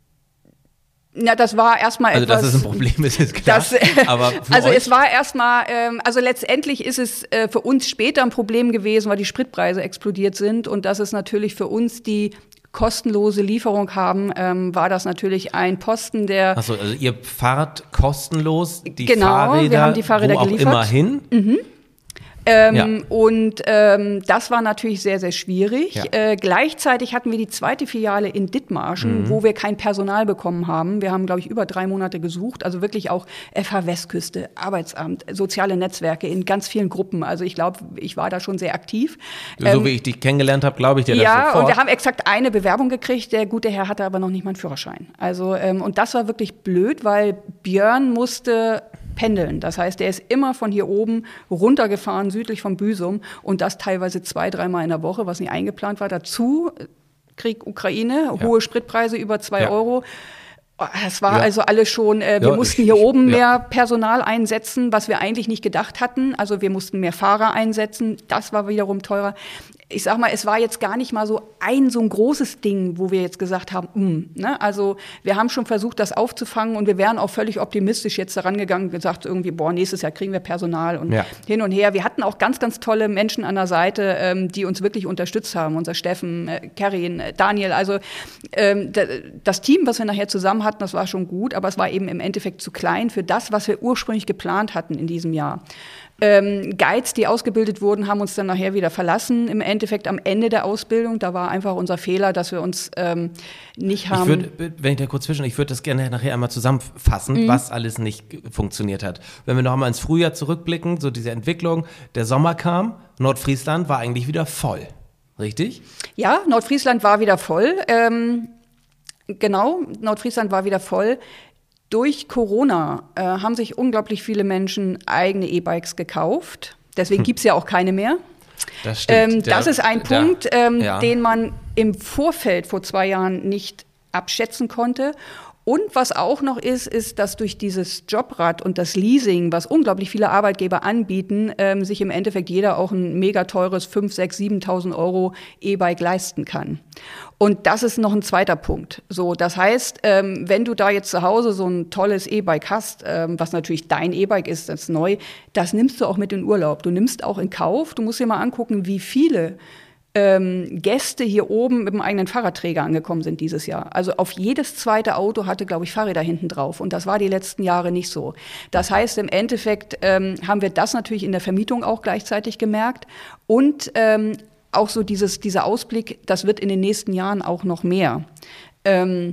Na, das war erstmal Also, etwas. dass es ein Problem ist, ist klar. Das, aber für also euch? es war erstmal, ähm, also letztendlich ist es äh, für uns später ein Problem gewesen, weil die Spritpreise explodiert sind und das ist natürlich für uns die kostenlose Lieferung haben, ähm, war das natürlich ein Posten, der Achso, also ihr fahrt kostenlos die Genau, Fahrräder, wir haben die Fahrräder wo auch geliefert. immer hin. Ähm, Ja. Und ähm, das war natürlich sehr, sehr schwierig. Ja. Äh, gleichzeitig hatten wir die zweite Filiale in Dithmarschen, Mhm. wo wir kein Personal bekommen haben. Wir haben, glaube ich, über drei Monate gesucht. Also wirklich auch F H Westküste, Arbeitsamt, soziale Netzwerke in ganz vielen Gruppen. Also ich glaube, ich war da schon sehr aktiv. So Ähm, wie ich dich kennengelernt habe, glaube ich dir das ja, sofort. und wir haben exakt eine Bewerbung gekriegt. Der gute Herr hatte aber noch nicht mal einen Führerschein. Also, ähm, und das war wirklich blöd, weil Björn musste pendeln. Das heißt, er ist immer von hier oben runtergefahren, südlich von Büsum. Und das teilweise zwei, dreimal in der Woche, was nicht eingeplant war. Dazu Krieg Ukraine, Ja. hohe Spritpreise über zwei Ja. Euro. Es war Ja. also alles schon, äh, wir Ja, mussten ich- hier ich- oben ja. mehr Personal einsetzen, was wir eigentlich nicht gedacht hatten. Also wir mussten mehr Fahrer einsetzen. Das war wiederum teurer. ich sag mal, es war jetzt gar nicht mal so ein so ein großes Ding, wo wir jetzt gesagt haben, mm, ne? Also wir haben schon versucht, das aufzufangen und wir wären auch völlig optimistisch jetzt daran gegangen und gesagt, irgendwie, boah, nächstes Jahr kriegen wir Personal und ja. hin und her. Wir hatten auch ganz, ganz tolle Menschen an der Seite, ähm, die uns wirklich unterstützt haben. Unser Steffen, äh, Karin, äh, Daniel. Also ähm, d- das Team, was wir nachher zusammen hatten, das war schon gut, aber es war eben im Endeffekt zu klein für das, was wir ursprünglich geplant hatten in diesem Jahr. Ähm, Guides, die ausgebildet wurden, haben uns dann nachher wieder verlassen. Im Endeffekt am Ende der Ausbildung, da war einfach unser Fehler, dass wir uns ähm, nicht haben. Ich würde, wenn ich da kurz zwischen, ich würde das gerne nachher einmal zusammenfassen, mhm. was alles nicht funktioniert hat. Wenn wir noch einmal ins Frühjahr zurückblicken, so diese Entwicklung, der Sommer kam, Nordfriesland war eigentlich wieder voll, richtig? Ja, Nordfriesland war wieder voll. Ähm, genau, Nordfriesland war wieder voll. Durch Corona äh, haben sich unglaublich viele Menschen eigene E-Bikes gekauft. Deswegen hm. gibt es ja auch keine mehr. Das stimmt. Ähm, das der, ist ein der, Punkt, ähm, ja. den man im Vorfeld vor zwei Jahren nicht abschätzen konnte. Und was auch noch ist, ist, dass durch dieses Jobrad und das Leasing, was unglaublich viele Arbeitgeber anbieten, ähm, sich im Endeffekt jeder auch ein mega teures fünftausend, sechstausend, siebentausend Euro E-Bike leisten kann. Und das ist noch ein zweiter Punkt. So, das heißt, ähm, wenn du da jetzt zu Hause so ein tolles E-Bike hast, ähm, was natürlich dein E-Bike ist, das ist neu, das nimmst du auch mit in Urlaub. Du nimmst auch in Kauf. Du musst dir mal angucken, wie viele Ähm, Gäste hier oben mit dem eigenen Fahrradträger angekommen sind dieses Jahr. Also auf jedes zweite Auto hatte, glaube ich, Fahrräder hinten drauf. Und das war die letzten Jahre nicht so. Das heißt, im Endeffekt ähm, haben wir das natürlich in der Vermietung auch gleichzeitig gemerkt. Und ähm, auch so dieses, dieser Ausblick, das wird in den nächsten Jahren auch noch mehr. Ähm,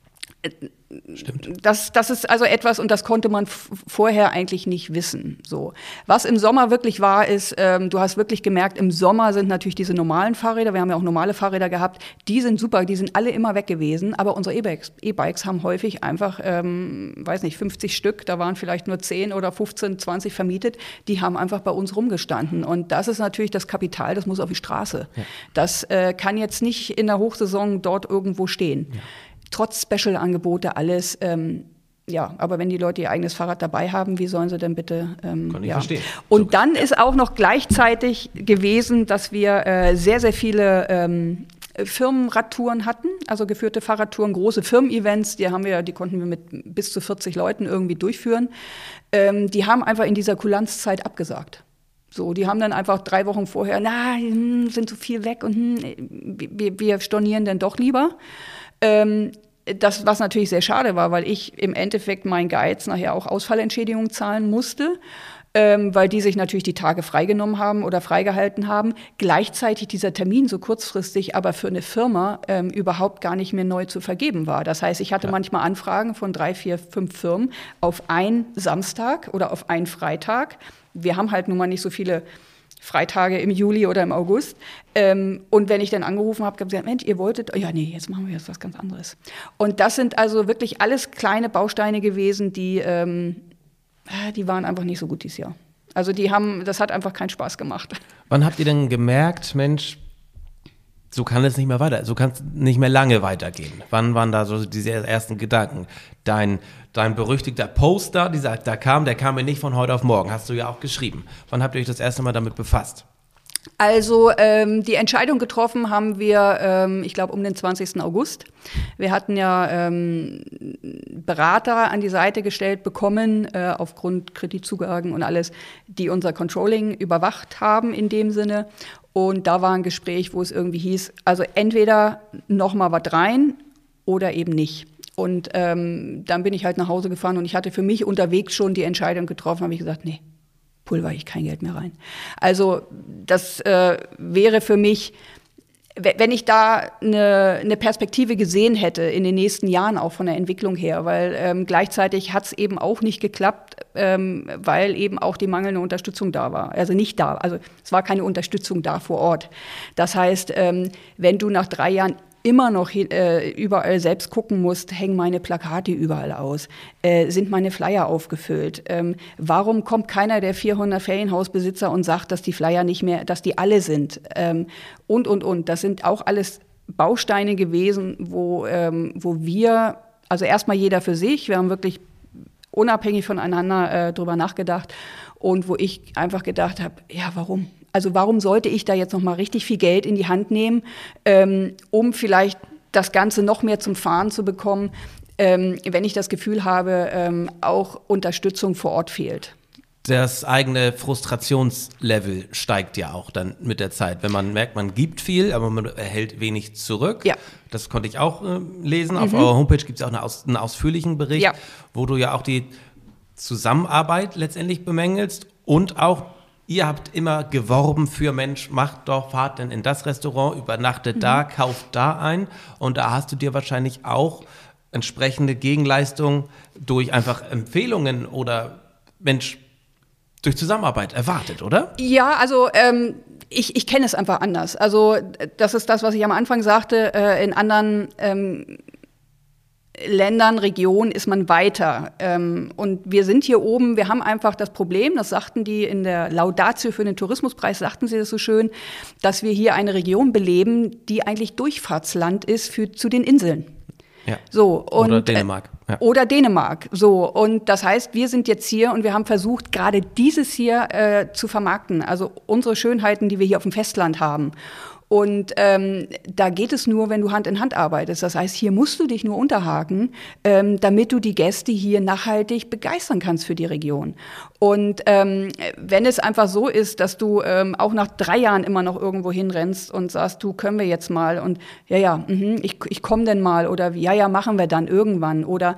Stimmt. Das, das ist also etwas, und das konnte man f- vorher eigentlich nicht wissen. So. Was im Sommer wirklich war, ist, ähm, du hast wirklich gemerkt, im Sommer sind natürlich diese normalen Fahrräder, wir haben ja auch normale Fahrräder gehabt, die sind super, die sind alle immer weg gewesen, aber unsere E-Bikes, E-Bikes haben häufig einfach, ähm, weiß nicht, fünfzig Stück, da waren vielleicht nur zehn oder fünfzehn, zwanzig vermietet, die haben einfach bei uns rumgestanden. Und das ist natürlich das Kapital, das muss auf die Straße. Ja. Das äh, kann jetzt nicht in der Hochsaison dort irgendwo stehen. Ja. Trotz Special-Angebote, alles, ähm, ja, aber wenn die Leute ihr eigenes Fahrrad dabei haben, wie sollen sie denn bitte, ähm, Kann ich ja. verstehen. Und so, dann ja. ist auch noch gleichzeitig gewesen, dass wir äh, sehr, sehr viele ähm, Firmenradtouren hatten, also geführte Fahrradtouren, große Firmen-Events, die haben wir, die konnten wir mit bis zu vierzig Leuten irgendwie durchführen. Ähm, die haben einfach in dieser Kulanzzeit abgesagt. So, die haben dann einfach drei Wochen vorher, na, hm, sind so viel weg und hm, wir, wir stornieren dann doch lieber. Ähm, das, was natürlich sehr schade war, weil ich im Endeffekt meinen Guides nachher auch Ausfallentschädigung zahlen musste, ähm, weil die sich natürlich die Tage freigenommen haben oder freigehalten haben. Gleichzeitig dieser Termin so kurzfristig aber für eine Firma ähm, überhaupt gar nicht mehr neu zu vergeben war. Das heißt, ich hatte ja. manchmal Anfragen von drei, vier, fünf Firmen auf einen Samstag oder auf einen Freitag. Wir haben halt nun mal nicht so viele Freitage im Juli oder im August. Ähm, und wenn ich dann angerufen habe, habe ich gesagt, Mensch, ihr wolltet, oh ja, nee, jetzt machen wir jetzt was ganz anderes. Und das sind also wirklich alles kleine Bausteine gewesen, die, ähm, die waren einfach nicht so gut dieses Jahr. Also die haben, das hat einfach keinen Spaß gemacht. Wann habt ihr denn gemerkt, Mensch, so kann es nicht mehr weiter, so kann es nicht mehr lange weitergehen? Wann waren da so diese ersten Gedanken? Dein, dein berüchtigter Poster, dieser, da kam, der kam mir nicht von heute auf morgen, hast du ja auch geschrieben. Wann habt ihr euch das erste Mal damit befasst? Also ähm, die Entscheidung getroffen haben wir, ähm, ich glaube, um den zwanzigsten August. Wir hatten ja ähm, Berater an die Seite gestellt bekommen, äh, aufgrund Kreditzugaben und alles, die unser Controlling überwacht haben in dem Sinne. Und da war ein Gespräch, wo es irgendwie hieß, also entweder noch mal was rein oder eben nicht. Und ähm, dann bin ich halt nach Hause gefahren und ich hatte für mich unterwegs schon die Entscheidung getroffen, habe ich gesagt, nee, pulver ich kein Geld mehr rein. Also das äh, wäre für mich, wenn ich da eine, eine Perspektive gesehen hätte in den nächsten Jahren auch von der Entwicklung her, weil ähm, gleichzeitig hat es eben auch nicht geklappt, ähm, weil eben auch die mangelnde Unterstützung da war. Also nicht da, also es war keine Unterstützung da vor Ort. Das heißt, ähm, wenn du nach drei Jahren immer noch äh, überall selbst gucken musst, hängen meine Plakate überall aus, äh, sind meine Flyer aufgefüllt. Ähm, warum kommt keiner der vierhundert Ferienhausbesitzer und sagt, dass die Flyer nicht mehr, dass die alle sind? Ähm, und, und, und. Das sind auch alles Bausteine gewesen, wo, ähm, wo wir, also erstmal jeder für sich, wir haben wirklich unabhängig voneinander äh, drüber nachgedacht und wo ich einfach gedacht habe, ja, warum? Also warum sollte ich da jetzt noch mal richtig viel Geld in die Hand nehmen, ähm, um vielleicht das Ganze noch mehr zum Fahren zu bekommen, ähm, wenn ich das Gefühl habe, ähm, auch Unterstützung vor Ort fehlt. Das eigene Frustrationslevel steigt ja auch dann mit der Zeit, wenn man merkt, man gibt viel, aber man erhält wenig zurück. Ja. Das konnte ich auch äh, lesen. Mhm. Auf eurer Homepage gibt es auch eine aus, einen ausführlichen Bericht, ja. wo du ja auch die Zusammenarbeit letztendlich bemängelst und auch, ihr habt immer geworben für Mensch, macht doch, fahrt denn in das Restaurant, übernachtet mhm. da, kauft da ein. Und da hast du dir wahrscheinlich auch entsprechende Gegenleistungen durch einfach Empfehlungen oder Mensch, durch Zusammenarbeit erwartet, oder? Ja, also ähm, ich, ich kenne es einfach anders. Also das ist das, was ich am Anfang sagte. Äh, in anderen ähm, Ländern, Regionen ist man weiter. Ähm, und wir sind hier oben, wir haben einfach das Problem, das sagten die in der Laudatio für den Tourismuspreis, sagten sie das so schön, dass wir hier eine Region beleben, die eigentlich Durchfahrtsland ist für, zu den Inseln. Ja. So, und, oder Dänemark. Ja. Oder Dänemark. So, und das heißt, wir sind jetzt hier und wir haben versucht, gerade dieses hier äh, zu vermarkten. Also unsere Schönheiten, die wir hier auf dem Festland haben. Und ähm, da geht es nur, wenn du Hand in Hand arbeitest. Das heißt, hier musst du dich nur unterhaken, ähm, damit du die Gäste hier nachhaltig begeistern kannst für die Region. Und ähm, wenn es einfach so ist, dass du ähm, auch nach drei Jahren immer noch irgendwo hinrennst und sagst, du, können wir jetzt mal und ja, ja, mh, ich, ich komme denn mal oder ja, ja, machen wir dann irgendwann oder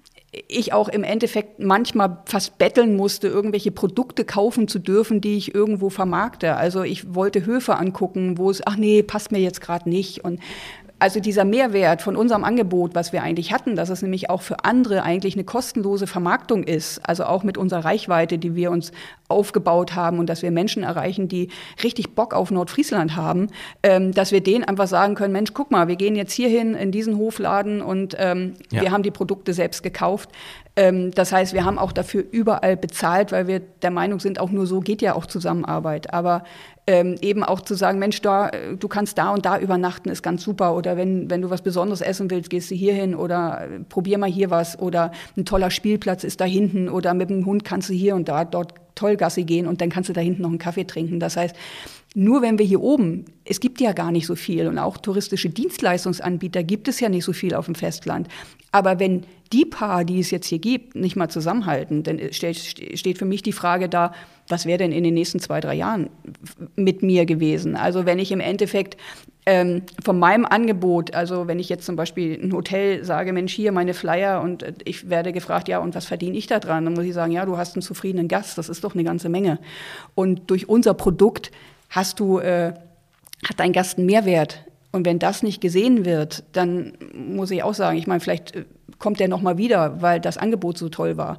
ich auch im Endeffekt manchmal fast betteln musste, irgendwelche Produkte kaufen zu dürfen, die ich irgendwo vermarkte. Also ich wollte Höfe angucken, wo es, ach nee, passt mir jetzt gerade nicht. Und also dieser Mehrwert von unserem Angebot, was wir eigentlich hatten, dass es nämlich auch für andere eigentlich eine kostenlose Vermarktung ist, also auch mit unserer Reichweite, die wir uns aufgebaut haben und dass wir Menschen erreichen, die richtig Bock auf Nordfriesland haben, ähm, dass wir denen einfach sagen können, Mensch, guck mal, wir gehen jetzt hierhin in diesen Hofladen und ähm, ja. wir haben die Produkte selbst gekauft. Ähm, das heißt, wir haben auch dafür überall bezahlt, weil wir der Meinung sind, auch nur so geht ja auch Zusammenarbeit. Aber ähm, eben auch zu sagen, Mensch, da, du kannst da und da übernachten, ist ganz super. Oder wenn, wenn du was Besonderes essen willst, gehst du hier hin oder äh, probier mal hier was. Oder ein toller Spielplatz ist da hinten oder mit dem Hund kannst du hier und da dort toll Gassi gehen und dann kannst du da hinten noch einen Kaffee trinken. Das heißt, nur wenn wir hier oben, es gibt ja gar nicht so viel und auch touristische Dienstleistungsanbieter gibt es ja nicht so viel auf dem Festland. Aber wenn die paar, die es jetzt hier gibt, nicht mal zusammenhalten, dann steht, steht für mich die Frage da, was wäre denn in den nächsten zwei, drei Jahren mit mir gewesen? Also wenn ich im Endeffekt ähm, von meinem Angebot, also wenn ich jetzt zum Beispiel ein Hotel sage, Mensch, hier meine Flyer und ich werde gefragt, ja, und was verdiene ich da dran? Dann muss ich sagen, ja, du hast einen zufriedenen Gast, das ist doch eine ganze Menge. Und durch unser Produkt hast du, äh, hat dein Gast einen Mehrwert. Und wenn das nicht gesehen wird, dann muss ich auch sagen, ich meine, vielleicht kommt der noch mal wieder, weil das Angebot so toll war.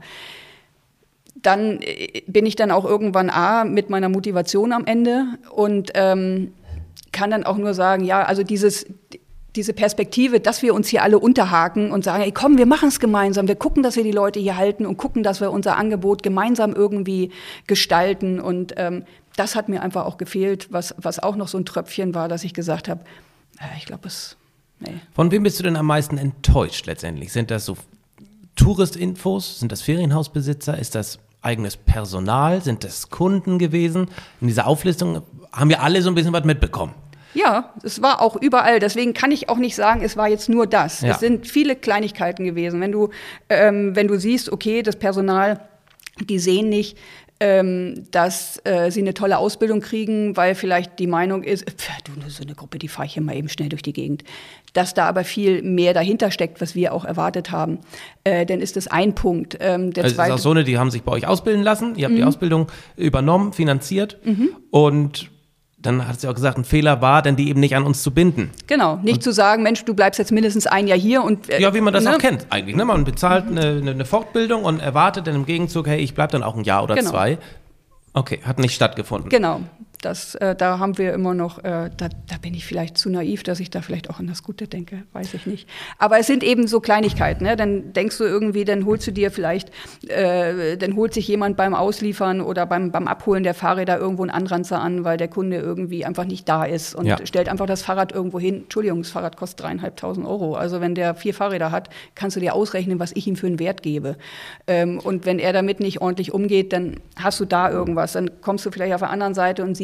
Dann bin ich dann auch irgendwann A, mit meiner Motivation am Ende und ähm, kann dann auch nur sagen, ja, also dieses, diese Perspektive, dass wir uns hier alle unterhaken und sagen, ey, komm, wir machen es gemeinsam, wir gucken, dass wir die Leute hier halten und gucken, dass wir unser Angebot gemeinsam irgendwie gestalten. Und ähm, das hat mir einfach auch gefehlt, was, was auch noch so ein Tröpfchen war, dass ich gesagt habe, äh, ich glaube, es, nee. Von wem bist du denn am meisten enttäuscht letztendlich? Sind das so Touristinfos? Sind das Ferienhausbesitzer? Ist das eigenes Personal? Sind das Kunden gewesen? In dieser Auflistung haben wir alle so ein bisschen was mitbekommen. Ja, es war auch überall. Deswegen kann ich auch nicht sagen, es war jetzt nur das. Ja. Es sind viele Kleinigkeiten gewesen. Wenn du, ähm, wenn du siehst, okay, das Personal, die sehen nicht, ähm, dass äh, sie eine tolle Ausbildung kriegen, weil vielleicht die Meinung ist, pf, du, so eine Gruppe, die fahre ich hier mal eben schnell durch die Gegend. Dass da aber viel mehr dahinter steckt, was wir auch erwartet haben, äh, dann ist das ein Punkt. Ähm, der also zweite, es ist auch so eine, die haben sich bei euch ausbilden lassen, ihr habt mhm. die Ausbildung übernommen, finanziert mhm. und dann hat sie auch gesagt, ein Fehler war, denn die eben nicht an uns zu binden. Genau, nicht und zu sagen, Mensch, du bleibst jetzt mindestens ein Jahr hier. Und äh, ja, wie man das ne? auch kennt eigentlich. Ne? Man bezahlt mhm. eine, eine Fortbildung und erwartet dann im Gegenzug, hey, ich bleib dann auch ein Jahr oder genau. zwei. Okay, hat nicht stattgefunden. Genau, das, äh, da haben wir immer noch, äh, da, da bin ich vielleicht zu naiv, dass ich da vielleicht auch an das Gute denke, weiß ich nicht. Aber es sind eben so Kleinigkeiten, ne? Dann denkst du irgendwie, dann holst du dir vielleicht, äh, dann holt sich jemand beim Ausliefern oder beim, beim Abholen der Fahrräder irgendwo einen Anranzer an, weil der Kunde irgendwie einfach nicht da ist und ja. stellt einfach das Fahrrad irgendwo hin. Entschuldigung, das Fahrrad kostet dreieinhalbtausend Euro. Also wenn der vier Fahrräder hat, kannst du dir ausrechnen, was ich ihm für einen Wert gebe. Ähm, und wenn er damit nicht ordentlich umgeht, dann hast du da irgendwas. Dann kommst du vielleicht auf der anderen Seite und siehst,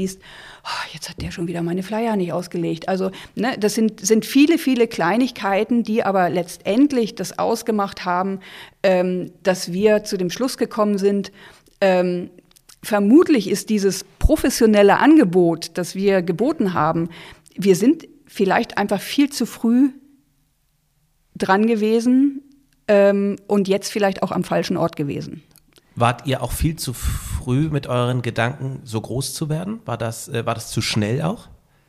siehst, oh, jetzt hat der schon wieder meine Flyer nicht ausgelegt. Also ne, das sind, sind viele, viele Kleinigkeiten, die aber letztendlich das ausgemacht haben, ähm, dass wir zu dem Schluss gekommen sind, ähm, vermutlich ist dieses professionelle Angebot, das wir geboten haben, wir sind vielleicht einfach viel zu früh dran gewesen ähm, und jetzt vielleicht auch am falschen Ort gewesen. Wart ihr auch viel zu früh mit euren Gedanken, so groß zu werden? War das, äh, war das zu schnell auch?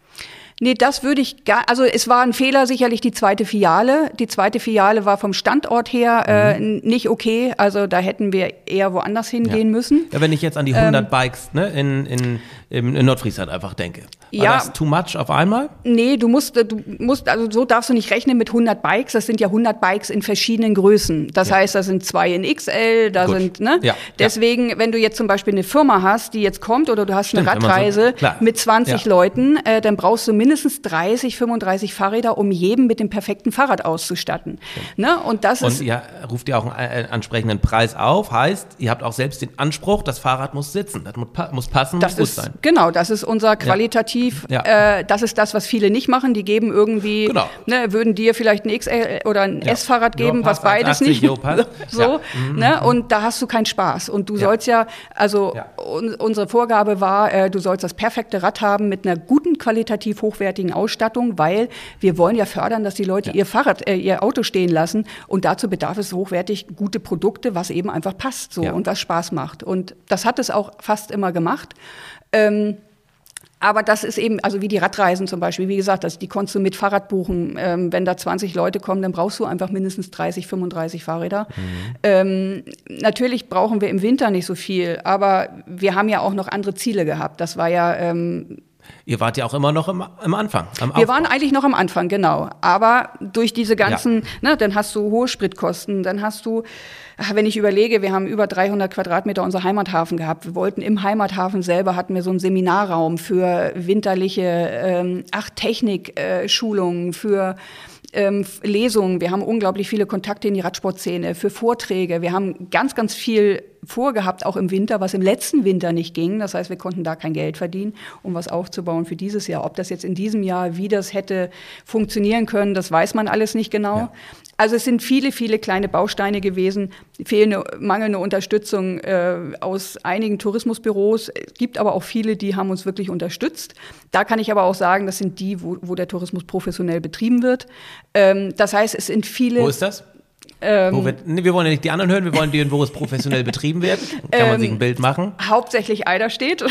Nee, das würde ich gar, also es war ein Fehler sicherlich die zweite Filiale. Die zweite Filiale war vom Standort her äh, mhm. nicht okay, also da hätten wir eher woanders hingehen ja. müssen. Ja, wenn ich jetzt an die hundert ähm, Bikes ne, in, in, in Nordfriesland einfach denke. War ja, das too much auf einmal? Nee, du musst, du musst, also so darfst du nicht rechnen mit hundert Bikes. Das sind ja hundert Bikes in verschiedenen Größen. Das ja. heißt, da sind zwei in X L, da Gut. sind, ne? Ja. Deswegen, ja. wenn du jetzt zum Beispiel eine Firma hast, die jetzt kommt, oder du hast Stimmt, eine Radreise so, mit zwanzig ja. Leuten, äh, dann brauchst du mindestens dreißig, fünfunddreißig Fahrräder, um jeden mit dem perfekten Fahrrad auszustatten. Ne? Und das ist. Und ihr ruft ja auch einen entsprechenden Preis auf, heißt, ihr habt auch selbst den Anspruch, das Fahrrad muss sitzen, das muss passen, das muss ist, gut sein. Genau, das ist unser qualitativ, ja. Ja. Äh, das ist das, was viele nicht machen. Die geben irgendwie, genau. ne, würden dir vielleicht ein X L oder ein ja. S-Fahrrad geben, jo, was beides achtzig, nicht. Jo, so, ja. ne? Mhm. Und da hast du keinen Spaß. Und du ja. sollst ja, also ja. Un- unsere Vorgabe war, äh, du sollst das perfekte Rad haben mit einer guten, qualitativ hochwertigen Ausstattung, weil wir wollen ja fördern, dass die Leute ja. ihr Fahrrad, äh, ihr Auto stehen lassen. Und dazu bedarf es hochwertig gute Produkte, was eben einfach passt so ja. und was Spaß macht. Und das hat es auch fast immer gemacht. Ähm, Aber das ist eben, also wie die Radreisen zum Beispiel, wie gesagt, das, die konntest du mit Fahrrad buchen. Ähm, wenn da zwanzig Leute kommen, dann brauchst du einfach mindestens dreißig, fünfunddreißig Fahrräder. Mhm. Ähm, natürlich brauchen wir im Winter nicht so viel, aber wir haben ja auch noch andere Ziele gehabt. Das war ja... Ähm, Ihr wart ja auch immer noch im, am Anfang. Am wir waren eigentlich noch am Anfang, genau. Aber durch diese ganzen, ja. ne, dann hast du hohe Spritkosten, dann hast du, wenn ich überlege, wir haben über dreihundert Quadratmeter unser Heimathafen gehabt. Wir wollten im Heimathafen selber, hatten wir so einen Seminarraum für winterliche, ähm, ach, Technik-Schulungen, äh, für ähm, Lesungen. Wir haben unglaublich viele Kontakte in die Radsportszene, für Vorträge. Wir haben ganz, ganz viel vorgehabt, auch im Winter, was im letzten Winter nicht ging. Das heißt, wir konnten da kein Geld verdienen, um was aufzubauen für dieses Jahr. Ob das jetzt in diesem Jahr, wie das hätte funktionieren können, das weiß man alles nicht genau. Ja. Also es sind viele, viele kleine Bausteine gewesen, fehlende, mangelnde Unterstützung äh, aus einigen Tourismusbüros. Es gibt aber auch viele, die haben uns wirklich unterstützt. Da kann ich aber auch sagen, das sind die, wo, wo der Tourismus professionell betrieben wird. Ähm, das heißt, es sind viele... Wo ist das? Ähm, Wo wir, nee, wir wollen ja nicht die anderen hören, wir wollen die, wo es professionell betrieben wird. Kann man ähm, sich ein Bild machen? Hauptsächlich Eiderstedt.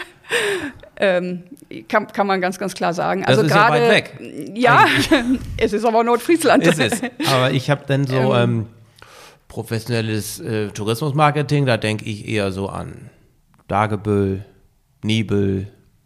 ähm, kann, kann man ganz, ganz klar sagen. Das also ist grade, ja weit weg. Ja, es ist aber Nordfriesland. Ist es. Aber ich habe dann so ähm, professionelles äh, Tourismusmarketing, da denke ich eher so an Dagebüll, Nibel.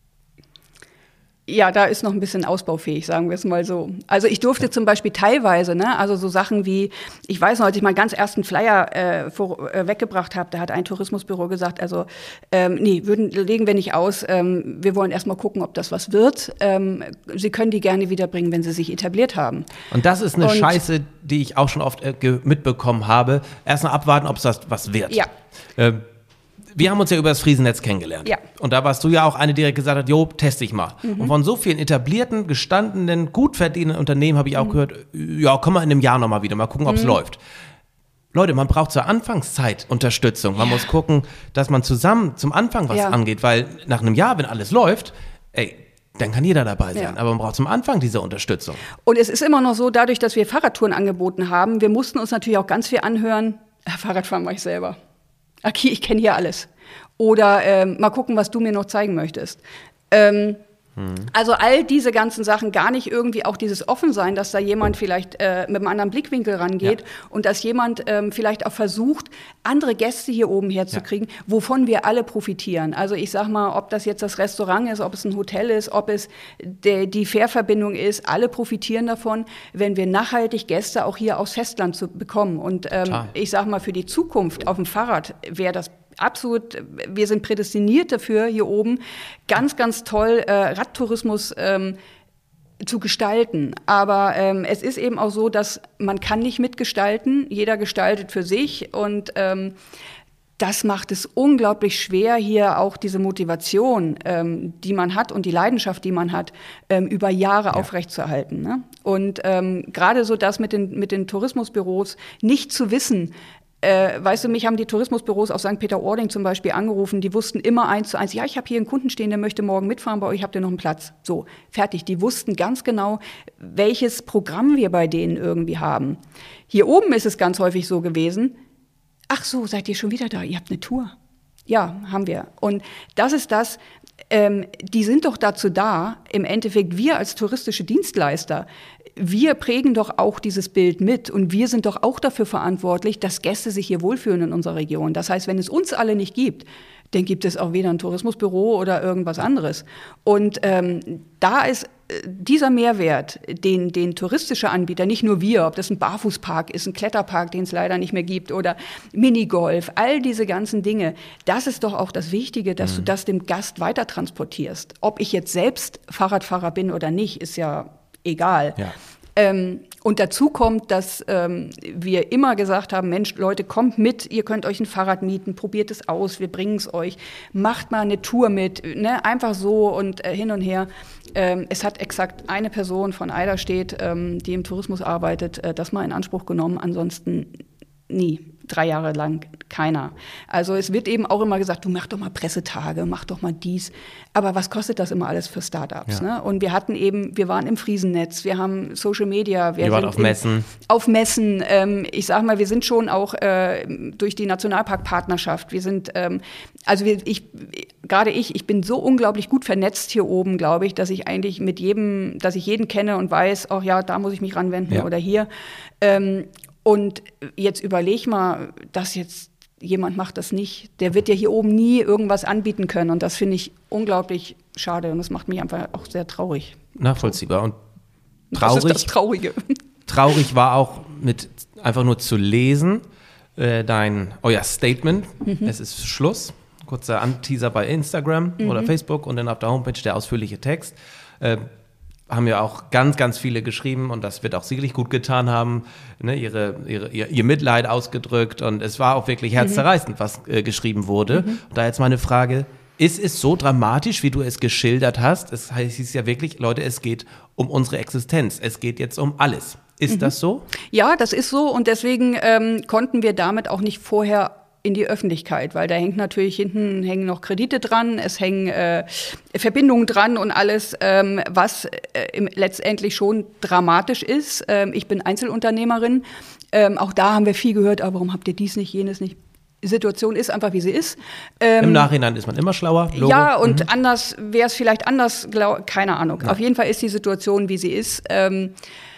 Ja, da ist noch ein bisschen ausbaufähig, sagen wir es mal so. Also ich durfte zum Beispiel teilweise, ne, also so Sachen wie, ich weiß noch, als ich meinen ganz ersten Flyer äh, vor, äh, weggebracht habe, da hat ein Tourismusbüro gesagt, also ähm, nee, würden, legen wir nicht aus, ähm, wir wollen erst mal gucken, ob das was wird. Ähm, Sie können die gerne wiederbringen, wenn sie sich etabliert haben. Und das ist eine Und, Scheiße, die ich auch schon oft äh, mitbekommen habe. Erst mal abwarten, ob es das was wird. Ja. Ähm, Wir haben uns ja über das Friesennetz kennengelernt. Ja. Und da warst du ja auch eine, die direkt gesagt hat, jo, teste ich mal. Mhm. Und von so vielen etablierten, gestandenen, gut verdienenden Unternehmen habe ich auch mhm. gehört, ja, komm mal in einem Jahr nochmal wieder, mal gucken, ob es mhm. läuft. Leute, man braucht zur Anfangszeit Unterstützung. Man ja. muss gucken, dass man zusammen zum Anfang was ja. angeht, weil nach einem Jahr, wenn alles läuft, ey, dann kann jeder dabei sein. Ja. Aber man braucht zum Anfang diese Unterstützung. Und es ist immer noch so, dadurch, dass wir Fahrradtouren angeboten haben, wir mussten uns natürlich auch ganz viel anhören, Fahrradfahren mache ich selber. Okay, ich kenne hier alles. Oder ähm, mal gucken, was du mir noch zeigen möchtest. Ähm, hm. Also all diese ganzen Sachen, gar nicht irgendwie auch dieses Offensein, dass da jemand vielleicht äh, mit einem anderen Blickwinkel rangeht ja. und dass jemand ähm, vielleicht auch versucht, andere Gäste hier oben herzukriegen, ja. wovon wir alle profitieren. Also ich sag mal, ob das jetzt das Restaurant ist, ob es ein Hotel ist, ob es de, die Fährverbindung ist, alle profitieren davon, wenn wir nachhaltig Gäste auch hier aufs Festland zu bekommen. Und ähm, ich sag mal, für die Zukunft auf dem Fahrrad wäre das absolut, wir sind prädestiniert dafür, hier oben ganz, ganz toll äh, Radtourismus ähm, zu gestalten. Aber ähm, es ist eben auch so, dass man kann nicht mitgestalten. Jeder gestaltet für sich und ähm, das macht es unglaublich schwer, hier auch diese Motivation, ähm, die man hat und die Leidenschaft, die man hat, ähm, über Jahre ja. aufrechtzuerhalten. Ne? Und ähm, gerade so das mit den, mit den Tourismusbüros, nicht zu wissen, äh, weißt du, mich haben die Tourismusbüros auf Sankt Peter-Ording zum Beispiel angerufen, die wussten immer eins zu eins, ja, ich habe hier einen Kunden stehen, der möchte morgen mitfahren, bei euch habt ihr noch einen Platz. So, fertig. Die wussten ganz genau, welches Programm wir bei denen irgendwie haben. Hier oben ist es ganz häufig so gewesen, ach so, seid ihr schon wieder da? Ihr habt eine Tour. Ja, haben wir. Und das ist das, ähm, die sind doch dazu da, im Endeffekt wir als touristische Dienstleister, wir prägen doch auch dieses Bild mit und wir sind doch auch dafür verantwortlich, dass Gäste sich hier wohlfühlen in unserer Region. Das heißt, wenn es uns alle nicht gibt, dann gibt es auch weder ein Tourismusbüro oder irgendwas anderes. Und ähm, da ist dieser Mehrwert, den, den touristische Anbieter, nicht nur wir, ob das ein Barfußpark ist, ein Kletterpark, den es leider nicht mehr gibt, oder Minigolf, all diese ganzen Dinge, das ist doch auch das Wichtige, dass mhm. du das dem Gast weiter transportierst. Ob ich jetzt selbst Fahrradfahrer bin oder nicht, ist ja egal. Ja. Ähm, und dazu kommt, dass ähm, wir immer gesagt haben, Mensch, Leute, kommt mit, ihr könnt euch ein Fahrrad mieten, probiert es aus, wir bringen es euch, macht mal eine Tour mit, ne? Einfach so und äh, hin und her. Ähm, es hat exakt eine Person von Eiderstedt, ähm, die im Tourismus arbeitet, äh, das mal in Anspruch genommen, ansonsten nie. Drei Jahre lang keiner. Also es wird eben auch immer gesagt, du mach doch mal Pressetage, mach doch mal dies. Aber was kostet das immer alles für Startups? Ja. Ne? Und wir hatten eben, wir waren im Friesennetz, wir haben Social Media. Wir, wir waren auf Messen. Im, auf Messen. Ähm, ich sag mal, wir sind schon auch äh, durch die Nationalparkpartnerschaft. Wir sind, ähm, also wir, ich, gerade ich, ich bin so unglaublich gut vernetzt hier oben, glaube ich, dass ich eigentlich mit jedem, dass ich jeden kenne und weiß, ach ja, da muss ich mich ranwenden ja. oder hier. Ähm, Und jetzt überleg mal, dass jetzt jemand macht das nicht. Der wird ja hier oben nie irgendwas anbieten können. Und das finde ich unglaublich schade. Und das macht mich einfach auch sehr traurig. Nachvollziehbar. Und traurig. Das ist das Traurige. Traurig war auch mit einfach nur zu lesen, äh, dein, euer Statement. Mhm. Es ist Schluss. Kurzer Anteaser bei Instagram mhm. oder Facebook und dann auf der Homepage der ausführliche Text. Äh, haben ja auch ganz, ganz viele geschrieben und das wird auch sicherlich gut getan haben, ne, ihre, ihre, ihr, ihr Mitleid ausgedrückt und es war auch wirklich herzzerreißend, mhm. was äh, geschrieben wurde. Mhm. Und da jetzt meine Frage, ist es so dramatisch, wie du es geschildert hast? Es heißt ja wirklich, Leute, es geht um unsere Existenz, es geht jetzt um alles. Ist mhm. das so? Ja, das ist so und deswegen ähm, konnten wir damit auch nicht vorher in die Öffentlichkeit, weil da hängt natürlich hinten hängen noch Kredite dran, es hängen äh, Verbindungen dran und alles, ähm, was äh, im, letztendlich schon dramatisch ist. Ähm, ich bin Einzelunternehmerin, ähm, auch da haben wir viel gehört, aber warum habt ihr dies nicht, jenes nicht? Die Situation ist einfach, wie sie ist. Ähm, Im Nachhinein ist man immer schlauer. Logo. Ja, und mhm. anders wäre es vielleicht anders, glaub, keine Ahnung. Ja. Auf jeden Fall ist die Situation, wie sie ist. Ähm,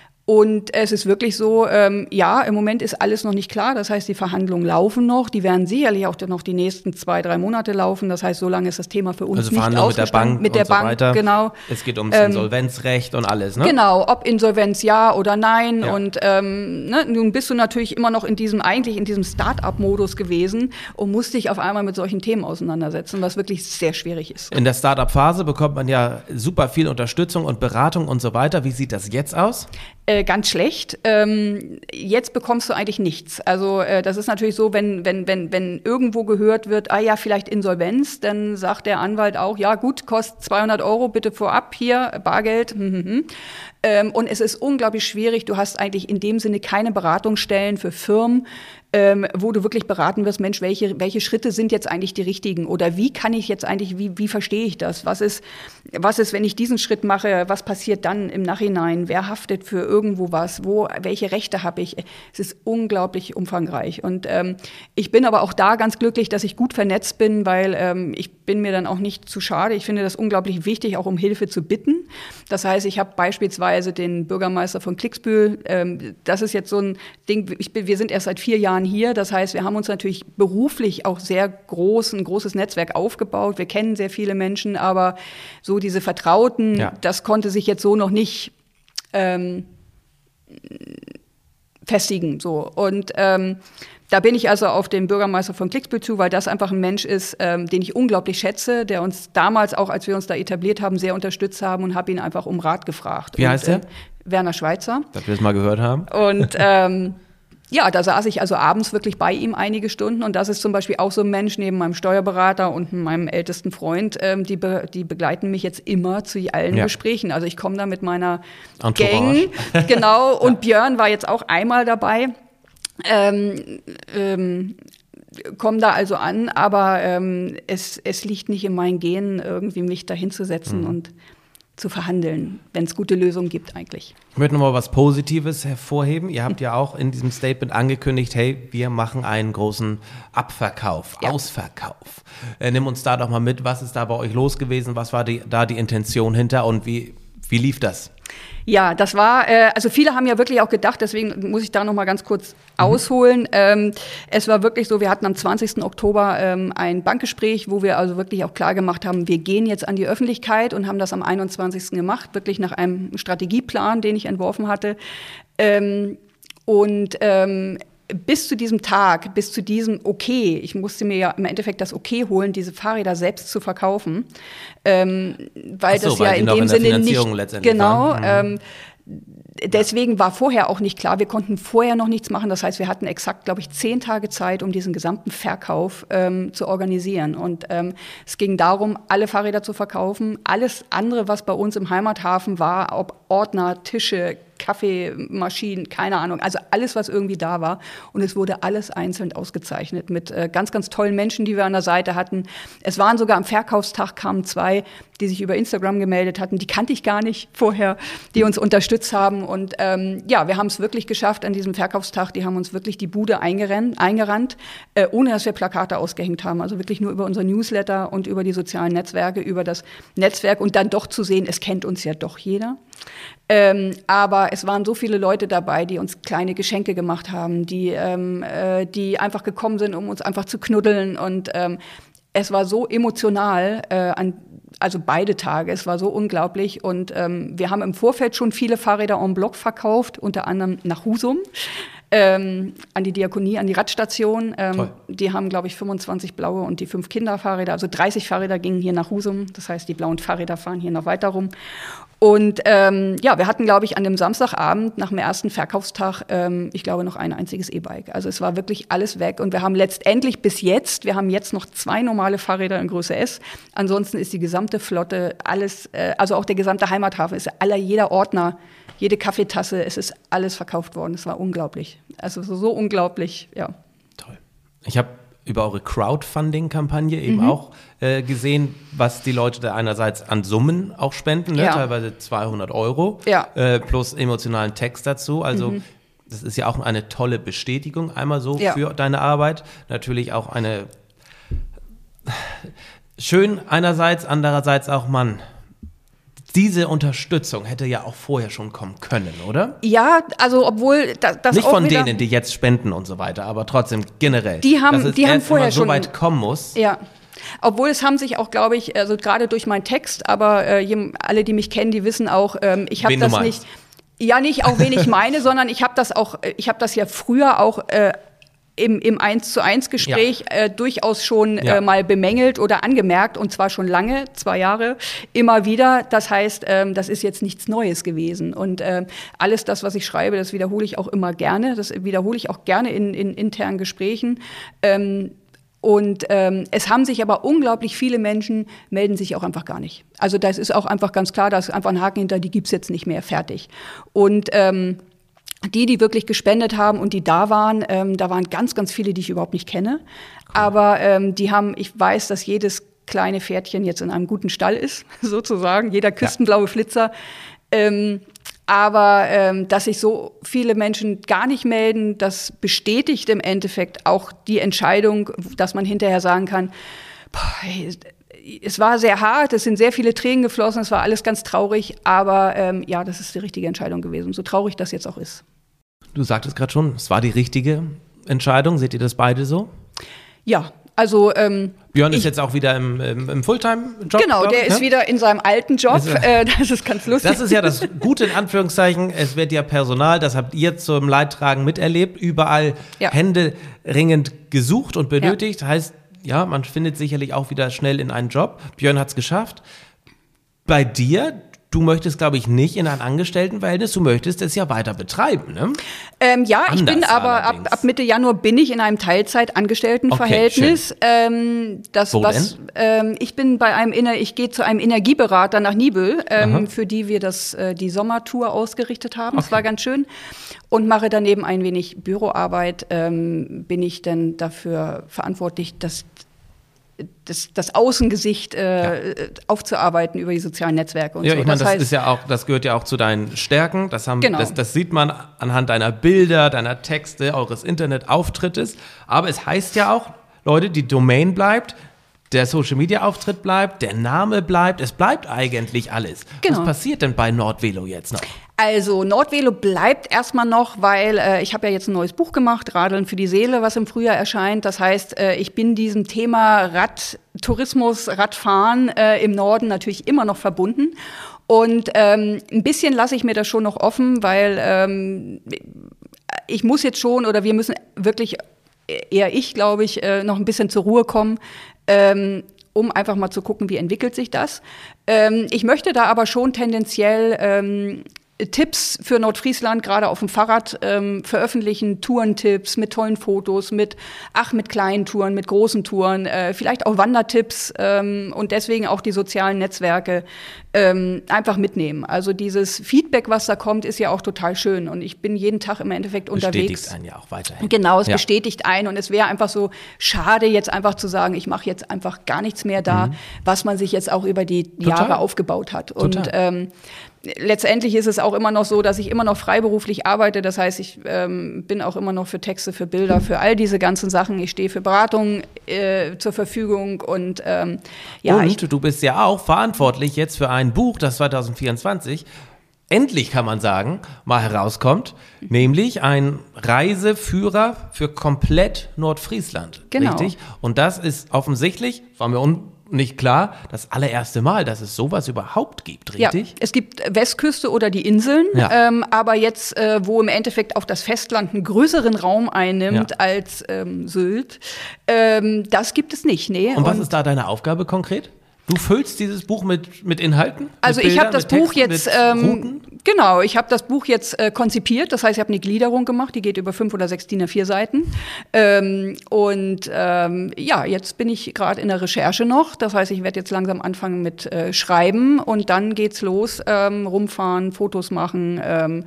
Und es ist wirklich so, ähm, ja, im Moment ist alles noch nicht klar. Das heißt, die Verhandlungen laufen noch. Die werden sicherlich auch noch die nächsten zwei, drei Monate laufen. Das heißt, so lange ist das Thema für uns also nicht Verhandlungen mit der Bank mit der und so Bank, weiter. Genau. Es geht ums ähm, Insolvenzrecht und alles, ne? Genau, ob Insolvenz ja oder nein. Ja. Und ähm, ne, nun bist du natürlich immer noch in diesem, eigentlich in diesem Start-up-Modus gewesen und musst dich auf einmal mit solchen Themen auseinandersetzen, was wirklich sehr schwierig ist. In der Start-up-Phase bekommt man ja super viel Unterstützung und Beratung und so weiter. Wie sieht das jetzt aus? Äh, ganz schlecht. Ähm, jetzt bekommst du eigentlich nichts. Also äh, das ist natürlich so, wenn, wenn, wenn, wenn irgendwo gehört wird, ah ja, vielleicht Insolvenz, dann sagt der Anwalt auch, ja gut, kostet zweihundert Euro, bitte vorab hier, Bargeld. ähm, und es ist unglaublich schwierig. Du hast eigentlich in dem Sinne keine Beratungsstellen für Firmen, ähm, wo du wirklich beraten wirst, Mensch, welche, welche Schritte sind jetzt eigentlich die richtigen? Oder wie kann ich jetzt eigentlich, wie, wie verstehe ich das? Was ist, was ist, wenn ich diesen Schritt mache? Was passiert dann im Nachhinein? Wer haftet für irgendwo was? Wo, welche Rechte habe ich? Es ist unglaublich umfangreich. Und ähm, ich bin aber auch da ganz glücklich, dass ich gut vernetzt bin, weil ähm, ich bin mir dann auch nicht zu schade. Ich finde das unglaublich wichtig, auch um Hilfe zu bitten. Das heißt, ich habe beispielsweise den Bürgermeister von Klicksbühl. Ähm, das ist jetzt so ein Ding, ich bin, wir sind erst seit vier Jahren hier. Das heißt, wir haben uns natürlich beruflich auch sehr groß, ein großes Netzwerk aufgebaut. Wir kennen sehr viele Menschen, aber so diese Vertrauten, ja. das konnte sich jetzt so noch nicht ähm, festigen. So. Und ähm, da bin ich also auf den Bürgermeister von Klicksbühl zu, weil das einfach ein Mensch ist, ähm, den ich unglaublich schätze, der uns damals auch, als wir uns da etabliert haben, sehr unterstützt haben und habe ihn einfach um Rat gefragt. Wie heißt und, der? Äh, Werner Schweitzer. Dass wir es mal gehört haben. Und ähm, Ja, da saß ich also abends wirklich bei ihm einige Stunden und das ist zum Beispiel auch so ein Mensch neben meinem Steuerberater und meinem ältesten Freund, ähm, die, be- die begleiten mich jetzt immer zu allen ja. Gesprächen. Also ich komme da mit meiner Entourage. Gang, genau, und ja. Björn war jetzt auch einmal dabei. Ähm, ähm, komme da also an, aber ähm, es, es liegt nicht in meinen Genen, irgendwie mich da hinzusetzen mhm. und zu verhandeln, wenn es gute Lösungen gibt eigentlich. Ich möchte nochmal was Positives hervorheben. Ihr habt ja auch in diesem Statement angekündigt, hey, wir machen einen großen Abverkauf, ja. Ausverkauf. Äh, nimm uns da doch mal mit, was ist da bei euch los gewesen, was war die, da die Intention hinter und wie, wie lief das? Ja, das war, äh, also viele haben ja wirklich auch gedacht, deswegen muss ich da noch mal ganz kurz mhm. ausholen. Ähm, es war wirklich so, wir hatten am zwanzigsten Oktober ähm, ein Bankgespräch, wo wir also wirklich auch klar gemacht haben, wir gehen jetzt an die Öffentlichkeit und haben das am einundzwanzigsten gemacht, wirklich nach einem Strategieplan, den ich entworfen hatte. Ähm, und ähm, bis zu diesem Tag, bis zu diesem Okay, ich musste mir ja im Endeffekt das Okay holen, diese Fahrräder selbst zu verkaufen, ähm, weil so, das weil ja in dem in Sinne nicht genau. Ähm, deswegen war vorher auch nicht klar, wir konnten vorher noch nichts machen. Das heißt, wir hatten exakt, glaube ich, zehn Tage Zeit, um diesen gesamten Verkauf ähm, zu organisieren. Und ähm, es ging darum, alle Fahrräder zu verkaufen. Alles andere, was bei uns im Heimathafen war, ob Ordner, Tische, Kaffeemaschinen, keine Ahnung, also alles, was irgendwie da war. Und es wurde alles einzeln ausgezeichnet mit äh, ganz, ganz tollen Menschen, die wir an der Seite hatten. Es waren sogar am Verkaufstag kamen zwei, die sich über Instagram gemeldet hatten. Die kannte ich gar nicht vorher, die uns unterstützt haben. Und ähm, ja, wir haben es wirklich geschafft an diesem Verkaufstag. Die haben uns wirklich die Bude eingerannt, eingerannt äh, ohne dass wir Plakate ausgehängt haben. Also wirklich nur über unser Newsletter und über die sozialen Netzwerke, über das Netzwerk. Und dann doch zu sehen, es kennt uns ja doch jeder. Ähm, aber es waren so viele Leute dabei, die uns kleine Geschenke gemacht haben, die, ähm, äh, die einfach gekommen sind, um uns einfach zu knuddeln. Und ähm, es war so emotional, äh, an, also beide Tage, es war so unglaublich. Und ähm, wir haben im Vorfeld schon viele Fahrräder en bloc verkauft, unter anderem nach Husum. Ähm, an die Diakonie, an die Radstation. Ähm, die haben, glaube ich, fünfundzwanzig blaue und die fünf Kinderfahrräder. Also dreißig Fahrräder gingen hier nach Husum. Das heißt, die blauen Fahrräder fahren hier noch weiter rum. Und ähm, ja, wir hatten, glaube ich, an dem Samstagabend nach dem ersten Verkaufstag, ähm, ich glaube, noch ein einziges E-Bike. Also es war wirklich alles weg. Und wir haben letztendlich bis jetzt, wir haben jetzt noch zwei normale Fahrräder in Größe S. Ansonsten ist die gesamte Flotte, alles, äh, also auch der gesamte Heimathafen, ist aller, jeder Ordner, jede Kaffeetasse, es ist alles verkauft worden. Es war unglaublich. Also so, so unglaublich, ja. Toll. Ich habe über eure Crowdfunding-Kampagne eben Mhm. auch äh, gesehen, was die Leute da einerseits an Summen auch spenden, ne? Ja. Teilweise zweihundert Euro, Ja. äh, plus emotionalen Text dazu. Also Mhm. das ist ja auch eine tolle Bestätigung, einmal so Ja. für deine Arbeit. Natürlich auch eine schön einerseits, andererseits auch, Mann, diese Unterstützung hätte ja auch vorher schon kommen können, oder? Ja, also obwohl das, das Nicht auch von wieder, denen, die jetzt spenden und so weiter, aber trotzdem generell. Die haben- dass es die haben erst vorher immer so schon- weit kommen muss. Ja. Obwohl es haben sich auch, glaube ich, also gerade durch meinen Text, aber äh, jem- alle, die mich kennen, die wissen auch, ähm, ich habe Wen du das meinst. nicht, ja nicht auch wen ich meine, sondern ich habe das auch, äh, ich habe das ja früher auch äh, im, im eins zu eins Gespräch Ja. äh, durchaus schon Ja. äh, mal bemängelt oder angemerkt und zwar schon lange, zwei Jahre, immer wieder. Das heißt, ähm, das ist jetzt nichts Neues gewesen und ähm, alles das, was ich schreibe, das wiederhole ich auch immer gerne, das wiederhole ich auch gerne in, in internen Gesprächen. Ähm, Und ähm, es haben sich aber unglaublich viele Menschen, melden sich auch einfach gar nicht. Also das ist auch einfach ganz klar, da ist einfach ein Haken hinter, die gibt's jetzt nicht mehr, fertig. Und ähm, die, die wirklich gespendet haben und die da waren, ähm, da waren ganz, ganz viele, die ich überhaupt nicht kenne. Cool. Aber ähm, die haben, ich weiß, dass jedes kleine Pferdchen jetzt in einem guten Stall ist, sozusagen, jeder küstenblaue Flitzer. Ähm, aber ähm, dass sich so viele Menschen gar nicht melden, das bestätigt im Endeffekt auch die Entscheidung, dass man hinterher sagen kann, boah, hey, es war sehr hart, es sind sehr viele Tränen geflossen, es war alles ganz traurig, aber ähm, ja, das ist die richtige Entscheidung gewesen, so traurig das jetzt auch ist. Du sagtest gerade schon, es war die richtige Entscheidung. Seht ihr das beide so? Ja, also ähm, Björn ist ich, jetzt auch wieder im, im, im Fulltime-Job. Genau, der ich, ist ne? wieder in seinem alten Job, Also, äh, das ist ganz lustig. Das ist ja das Gute in Anführungszeichen, es wird ja Personal, das habt ihr zum Leidtragen miterlebt, überall Ja. händeringend gesucht und benötigt, ja. Heißt, ja, man findet sicherlich auch wieder schnell in einen Job. Björn hat es geschafft. Bei dir, du möchtest, glaube ich, nicht in ein Angestelltenverhältnis, du möchtest es ja weiter betreiben, ne? Ähm, ja, Anders ich bin aber, ab, ab Mitte Januar bin ich in einem Teilzeit-Angestelltenverhältnis. Okay, ähm, das, Wo was, ähm, ich bin bei einem, Ener- ich gehe zu einem Energieberater nach Nibel, ähm, für die wir das, äh, die Sommertour ausgerichtet haben. Das Okay. war ganz schön. Und mache daneben ein wenig Büroarbeit, ähm, bin ich dann dafür verantwortlich, dass Das, das Außengesicht äh, ja. aufzuarbeiten über die sozialen Netzwerke und ja, so. Ich meine, das, das heißt, ist ja auch, das gehört ja auch zu deinen Stärken. Das, haben, genau. das, das sieht man anhand deiner Bilder, deiner Texte, eures Internetauftrittes. Aber es heißt ja auch, Leute, die Domain bleibt, der Social-Media-Auftritt bleibt, der Name bleibt, es bleibt eigentlich alles. Genau. Was passiert denn bei Nordvelo jetzt noch? Also Nordvelo bleibt erstmal noch, weil äh, ich habe ja jetzt ein neues Buch gemacht, Radeln für die Seele, was im Frühjahr erscheint. Das heißt, äh, ich bin diesem Thema Radtourismus, Radfahren äh, im Norden natürlich immer noch verbunden. Und ähm, ein bisschen lasse ich mir das schon noch offen, weil ähm, ich muss jetzt schon oder wir müssen wirklich, eher ich glaube ich, äh, noch ein bisschen zur Ruhe kommen. Ähm, um einfach mal zu gucken, wie entwickelt sich das. Ähm, ich möchte da aber schon tendenziell ähm, Tipps für Nordfriesland, gerade auf dem Fahrrad, ähm, veröffentlichen, Tourentipps mit tollen Fotos, mit, ach, mit kleinen Touren, mit großen Touren, äh, vielleicht auch Wandertipps ähm, und deswegen auch die sozialen Netzwerke ähm, einfach mitnehmen. Also dieses Feedback, was da kommt, ist ja auch total schön und ich bin jeden Tag im Endeffekt unterwegs. Bestätigt einen ja auch weiterhin. Genau, es ja. bestätigt einen und es wäre einfach so schade, jetzt einfach zu sagen, ich mache jetzt einfach gar nichts mehr da, mhm. was man sich jetzt auch über die Total. Jahre aufgebaut hat. Total. Und ähm, letztendlich ist es auch immer noch so, dass ich immer noch freiberuflich arbeite. Das heißt, ich ähm, bin auch immer noch für Texte, für Bilder, für all diese ganzen Sachen. Ich stehe für Beratungen äh, zur Verfügung und ähm, ja. Und ich, du bist ja auch verantwortlich jetzt für ein Buch, das zwanzig vierundzwanzig endlich, kann man sagen, mal herauskommt, mhm. nämlich ein Reiseführer für komplett Nordfriesland. Genau. Richtig? Und das ist offensichtlich, war mir un nicht klar, das allererste Mal, dass es sowas überhaupt gibt, richtig? Ja, es gibt Westküste oder die Inseln, ja. ähm, aber jetzt, äh, wo im Endeffekt auch das Festland einen größeren Raum einnimmt ja. als ähm, Sylt, ähm, das gibt es nicht. Nee. Und was Und ist da deine Aufgabe konkret? Du füllst dieses Buch mit, mit Inhalten? Also mit ich habe das mit Buch Texten, jetzt, mit ähm, Routen? genau, ich habe das Buch jetzt äh, konzipiert. Das heißt, ich habe eine Gliederung gemacht, die geht über fünf oder sechs D I N A vier Seiten. Ähm, und ähm, ja, jetzt bin ich gerade in der Recherche noch. Das heißt, ich werde jetzt langsam anfangen mit äh, Schreiben und dann geht's los, ähm, rumfahren, Fotos machen. Ähm,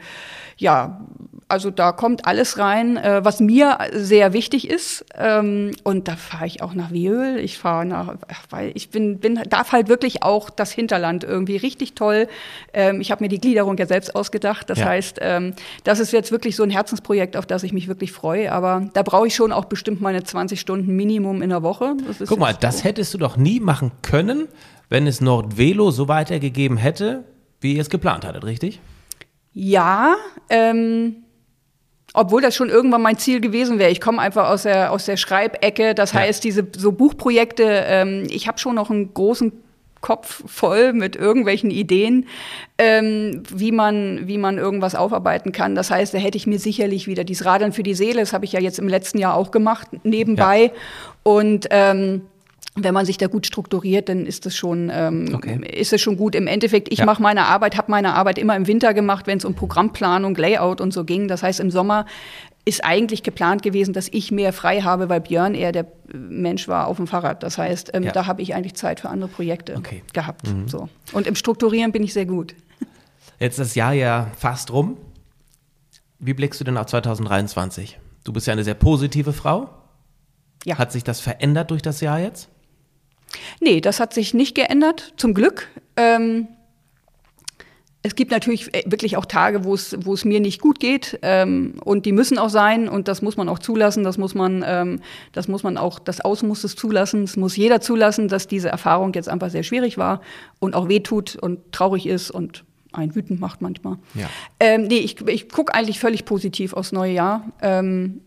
ja, also da kommt alles rein, äh, was mir sehr wichtig ist. Ähm, und da fahre ich auch nach Wiehl. Ich fahre nach, weil ich bin, bin, darf halt wirklich auch das Hinterland irgendwie richtig toll. Ähm, ich habe mir die Gliederung ja selbst ausgedacht. Das ja. heißt, ähm, das ist jetzt wirklich so ein Herzensprojekt, auf das ich mich wirklich freue. Aber da brauche ich schon auch bestimmt meine zwanzig Stunden Minimum in der Woche. Das ist Guck mal, das so. hättest du doch nie machen können, wenn es Nordvelo so weitergegeben hätte, wie ihr es geplant hattet, richtig? Ja, ähm, obwohl das schon irgendwann mein Ziel gewesen wäre. Ich komme einfach aus der, aus der Schreibecke. Das ja. heißt, diese so Buchprojekte, ähm, ich habe schon noch einen großen Kopf voll mit irgendwelchen Ideen, ähm, wie man, wie man irgendwas aufarbeiten kann. Das heißt, da hätte ich mir sicherlich wieder dieses Radeln für die Seele, das habe ich ja jetzt im letzten Jahr auch gemacht, nebenbei. Ja. Und ähm, wenn man sich da gut strukturiert, dann ist das schon, ähm, okay. ist es schon gut. Im Endeffekt, ich ja. mache meine Arbeit, habe meine Arbeit immer im Winter gemacht, wenn es um Programmplanung, Layout und so ging. Das heißt, im Sommer ist eigentlich geplant gewesen, dass ich mehr frei habe, weil Björn eher der Mensch war auf dem Fahrrad. Das heißt, ähm, ja. da habe ich eigentlich Zeit für andere Projekte okay. gehabt. Mhm. So. Und im Strukturieren bin ich sehr gut. Jetzt ist das Jahr ja fast rum. Wie blickst du denn auf zwanzig dreiundzwanzig? Du bist ja eine sehr positive Frau. Ja. Hat sich das verändert durch das Jahr jetzt? Nee, das hat sich nicht geändert, zum Glück. Ähm, es gibt natürlich wirklich auch Tage, wo es, wo es mir nicht gut geht. Ähm, und die müssen auch sein. Und das muss man auch zulassen. Das muss man, ähm, das muss man auch, das Außen muss es zulassen. Es muss jeder zulassen, dass diese Erfahrung jetzt einfach sehr schwierig war und auch wehtut und traurig ist und einen wütend macht manchmal. Ja. Ähm, nee, ich, ich gucke eigentlich völlig positiv aufs neue Jahr. Ähm,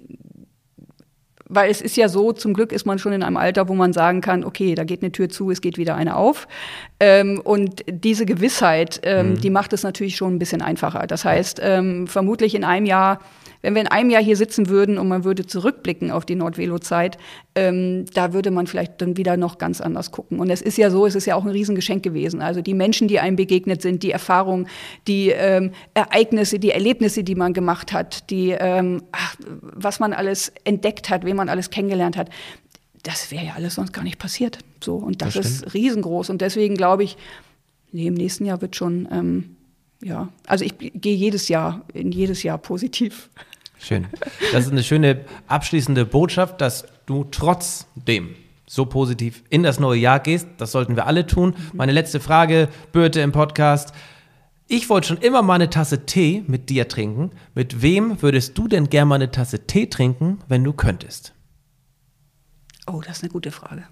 Weil es ist ja so, zum Glück ist man schon in einem Alter, wo man sagen kann, okay, da geht eine Tür zu, es geht wieder eine auf. Ähm, und diese Gewissheit, ähm, mhm. die macht es natürlich schon ein bisschen einfacher. Das heißt, ähm, vermutlich in einem Jahr wenn wir in einem Jahr hier sitzen würden und man würde zurückblicken auf die Nordvelo-Zeit, ähm, da würde man vielleicht dann wieder noch ganz anders gucken. Und es ist ja so, es ist ja auch ein Riesengeschenk gewesen. Also die Menschen, die einem begegnet sind, die Erfahrungen, die ähm, Ereignisse, die Erlebnisse, die man gemacht hat, die, ähm, ach, was man alles entdeckt hat, wen man alles kennengelernt hat, das wäre ja alles sonst gar nicht passiert. So, und das, das ist riesengroß. Und deswegen glaube ich, nee, im nächsten Jahr wird schon, ähm, ja, also ich gehe jedes Jahr, in jedes Jahr positiv. Schön. Das ist eine schöne abschließende Botschaft, dass du trotzdem so positiv in das neue Jahr gehst. Das sollten wir alle tun. Meine letzte Frage, Birte, im Podcast. Ich wollte schon immer mal eine Tasse Tee mit dir trinken. Mit wem würdest du denn gerne mal eine Tasse Tee trinken, wenn du könntest? Oh, das ist eine gute Frage.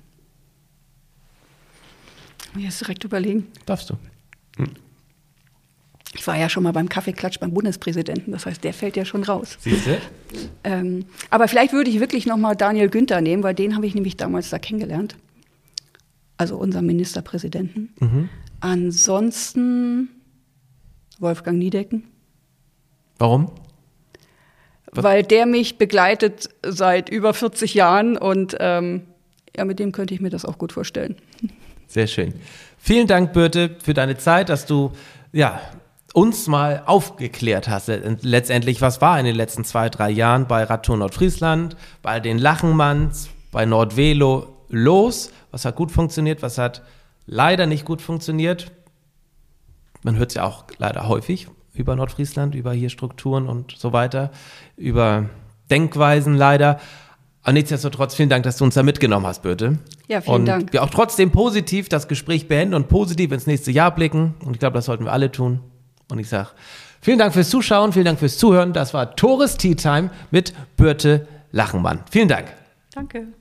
Muss ich jetzt direkt überlegen. Darfst du. Hm. Ich war ja schon mal beim Kaffeeklatsch beim Bundespräsidenten, das heißt, der fällt ja schon raus. Siehst du? Ähm, aber vielleicht würde ich wirklich noch mal Daniel Günther nehmen, weil den habe ich nämlich damals da kennengelernt. Also unseren Ministerpräsidenten. Mhm. Ansonsten Wolfgang Niedecken. Warum? Weil der mich begleitet seit über vierzig Jahren und ähm, ja, mit dem könnte ich mir das auch gut vorstellen. Sehr schön. Vielen Dank, Birte, für deine Zeit, dass du ja, uns mal aufgeklärt hast. Letztendlich, was war in den letzten zwei, drei Jahren bei Radtour Nordfriesland, bei den Lachenmanns, bei Nordvelo los? Was hat gut funktioniert, was hat leider nicht gut funktioniert? Man hört es ja auch leider häufig über Nordfriesland, über hier Strukturen und so weiter, über Denkweisen leider. Aber nichtsdestotrotz, vielen Dank, dass du uns da mitgenommen hast, Birte. Ja, vielen und Dank. Und wir auch trotzdem positiv das Gespräch beenden und positiv ins nächste Jahr blicken. Und ich glaube, das sollten wir alle tun. Und ich sage, vielen Dank fürs Zuschauen, vielen Dank fürs Zuhören. Das war Tores Tea Time mit Birte Lachenmann. Vielen Dank. Danke.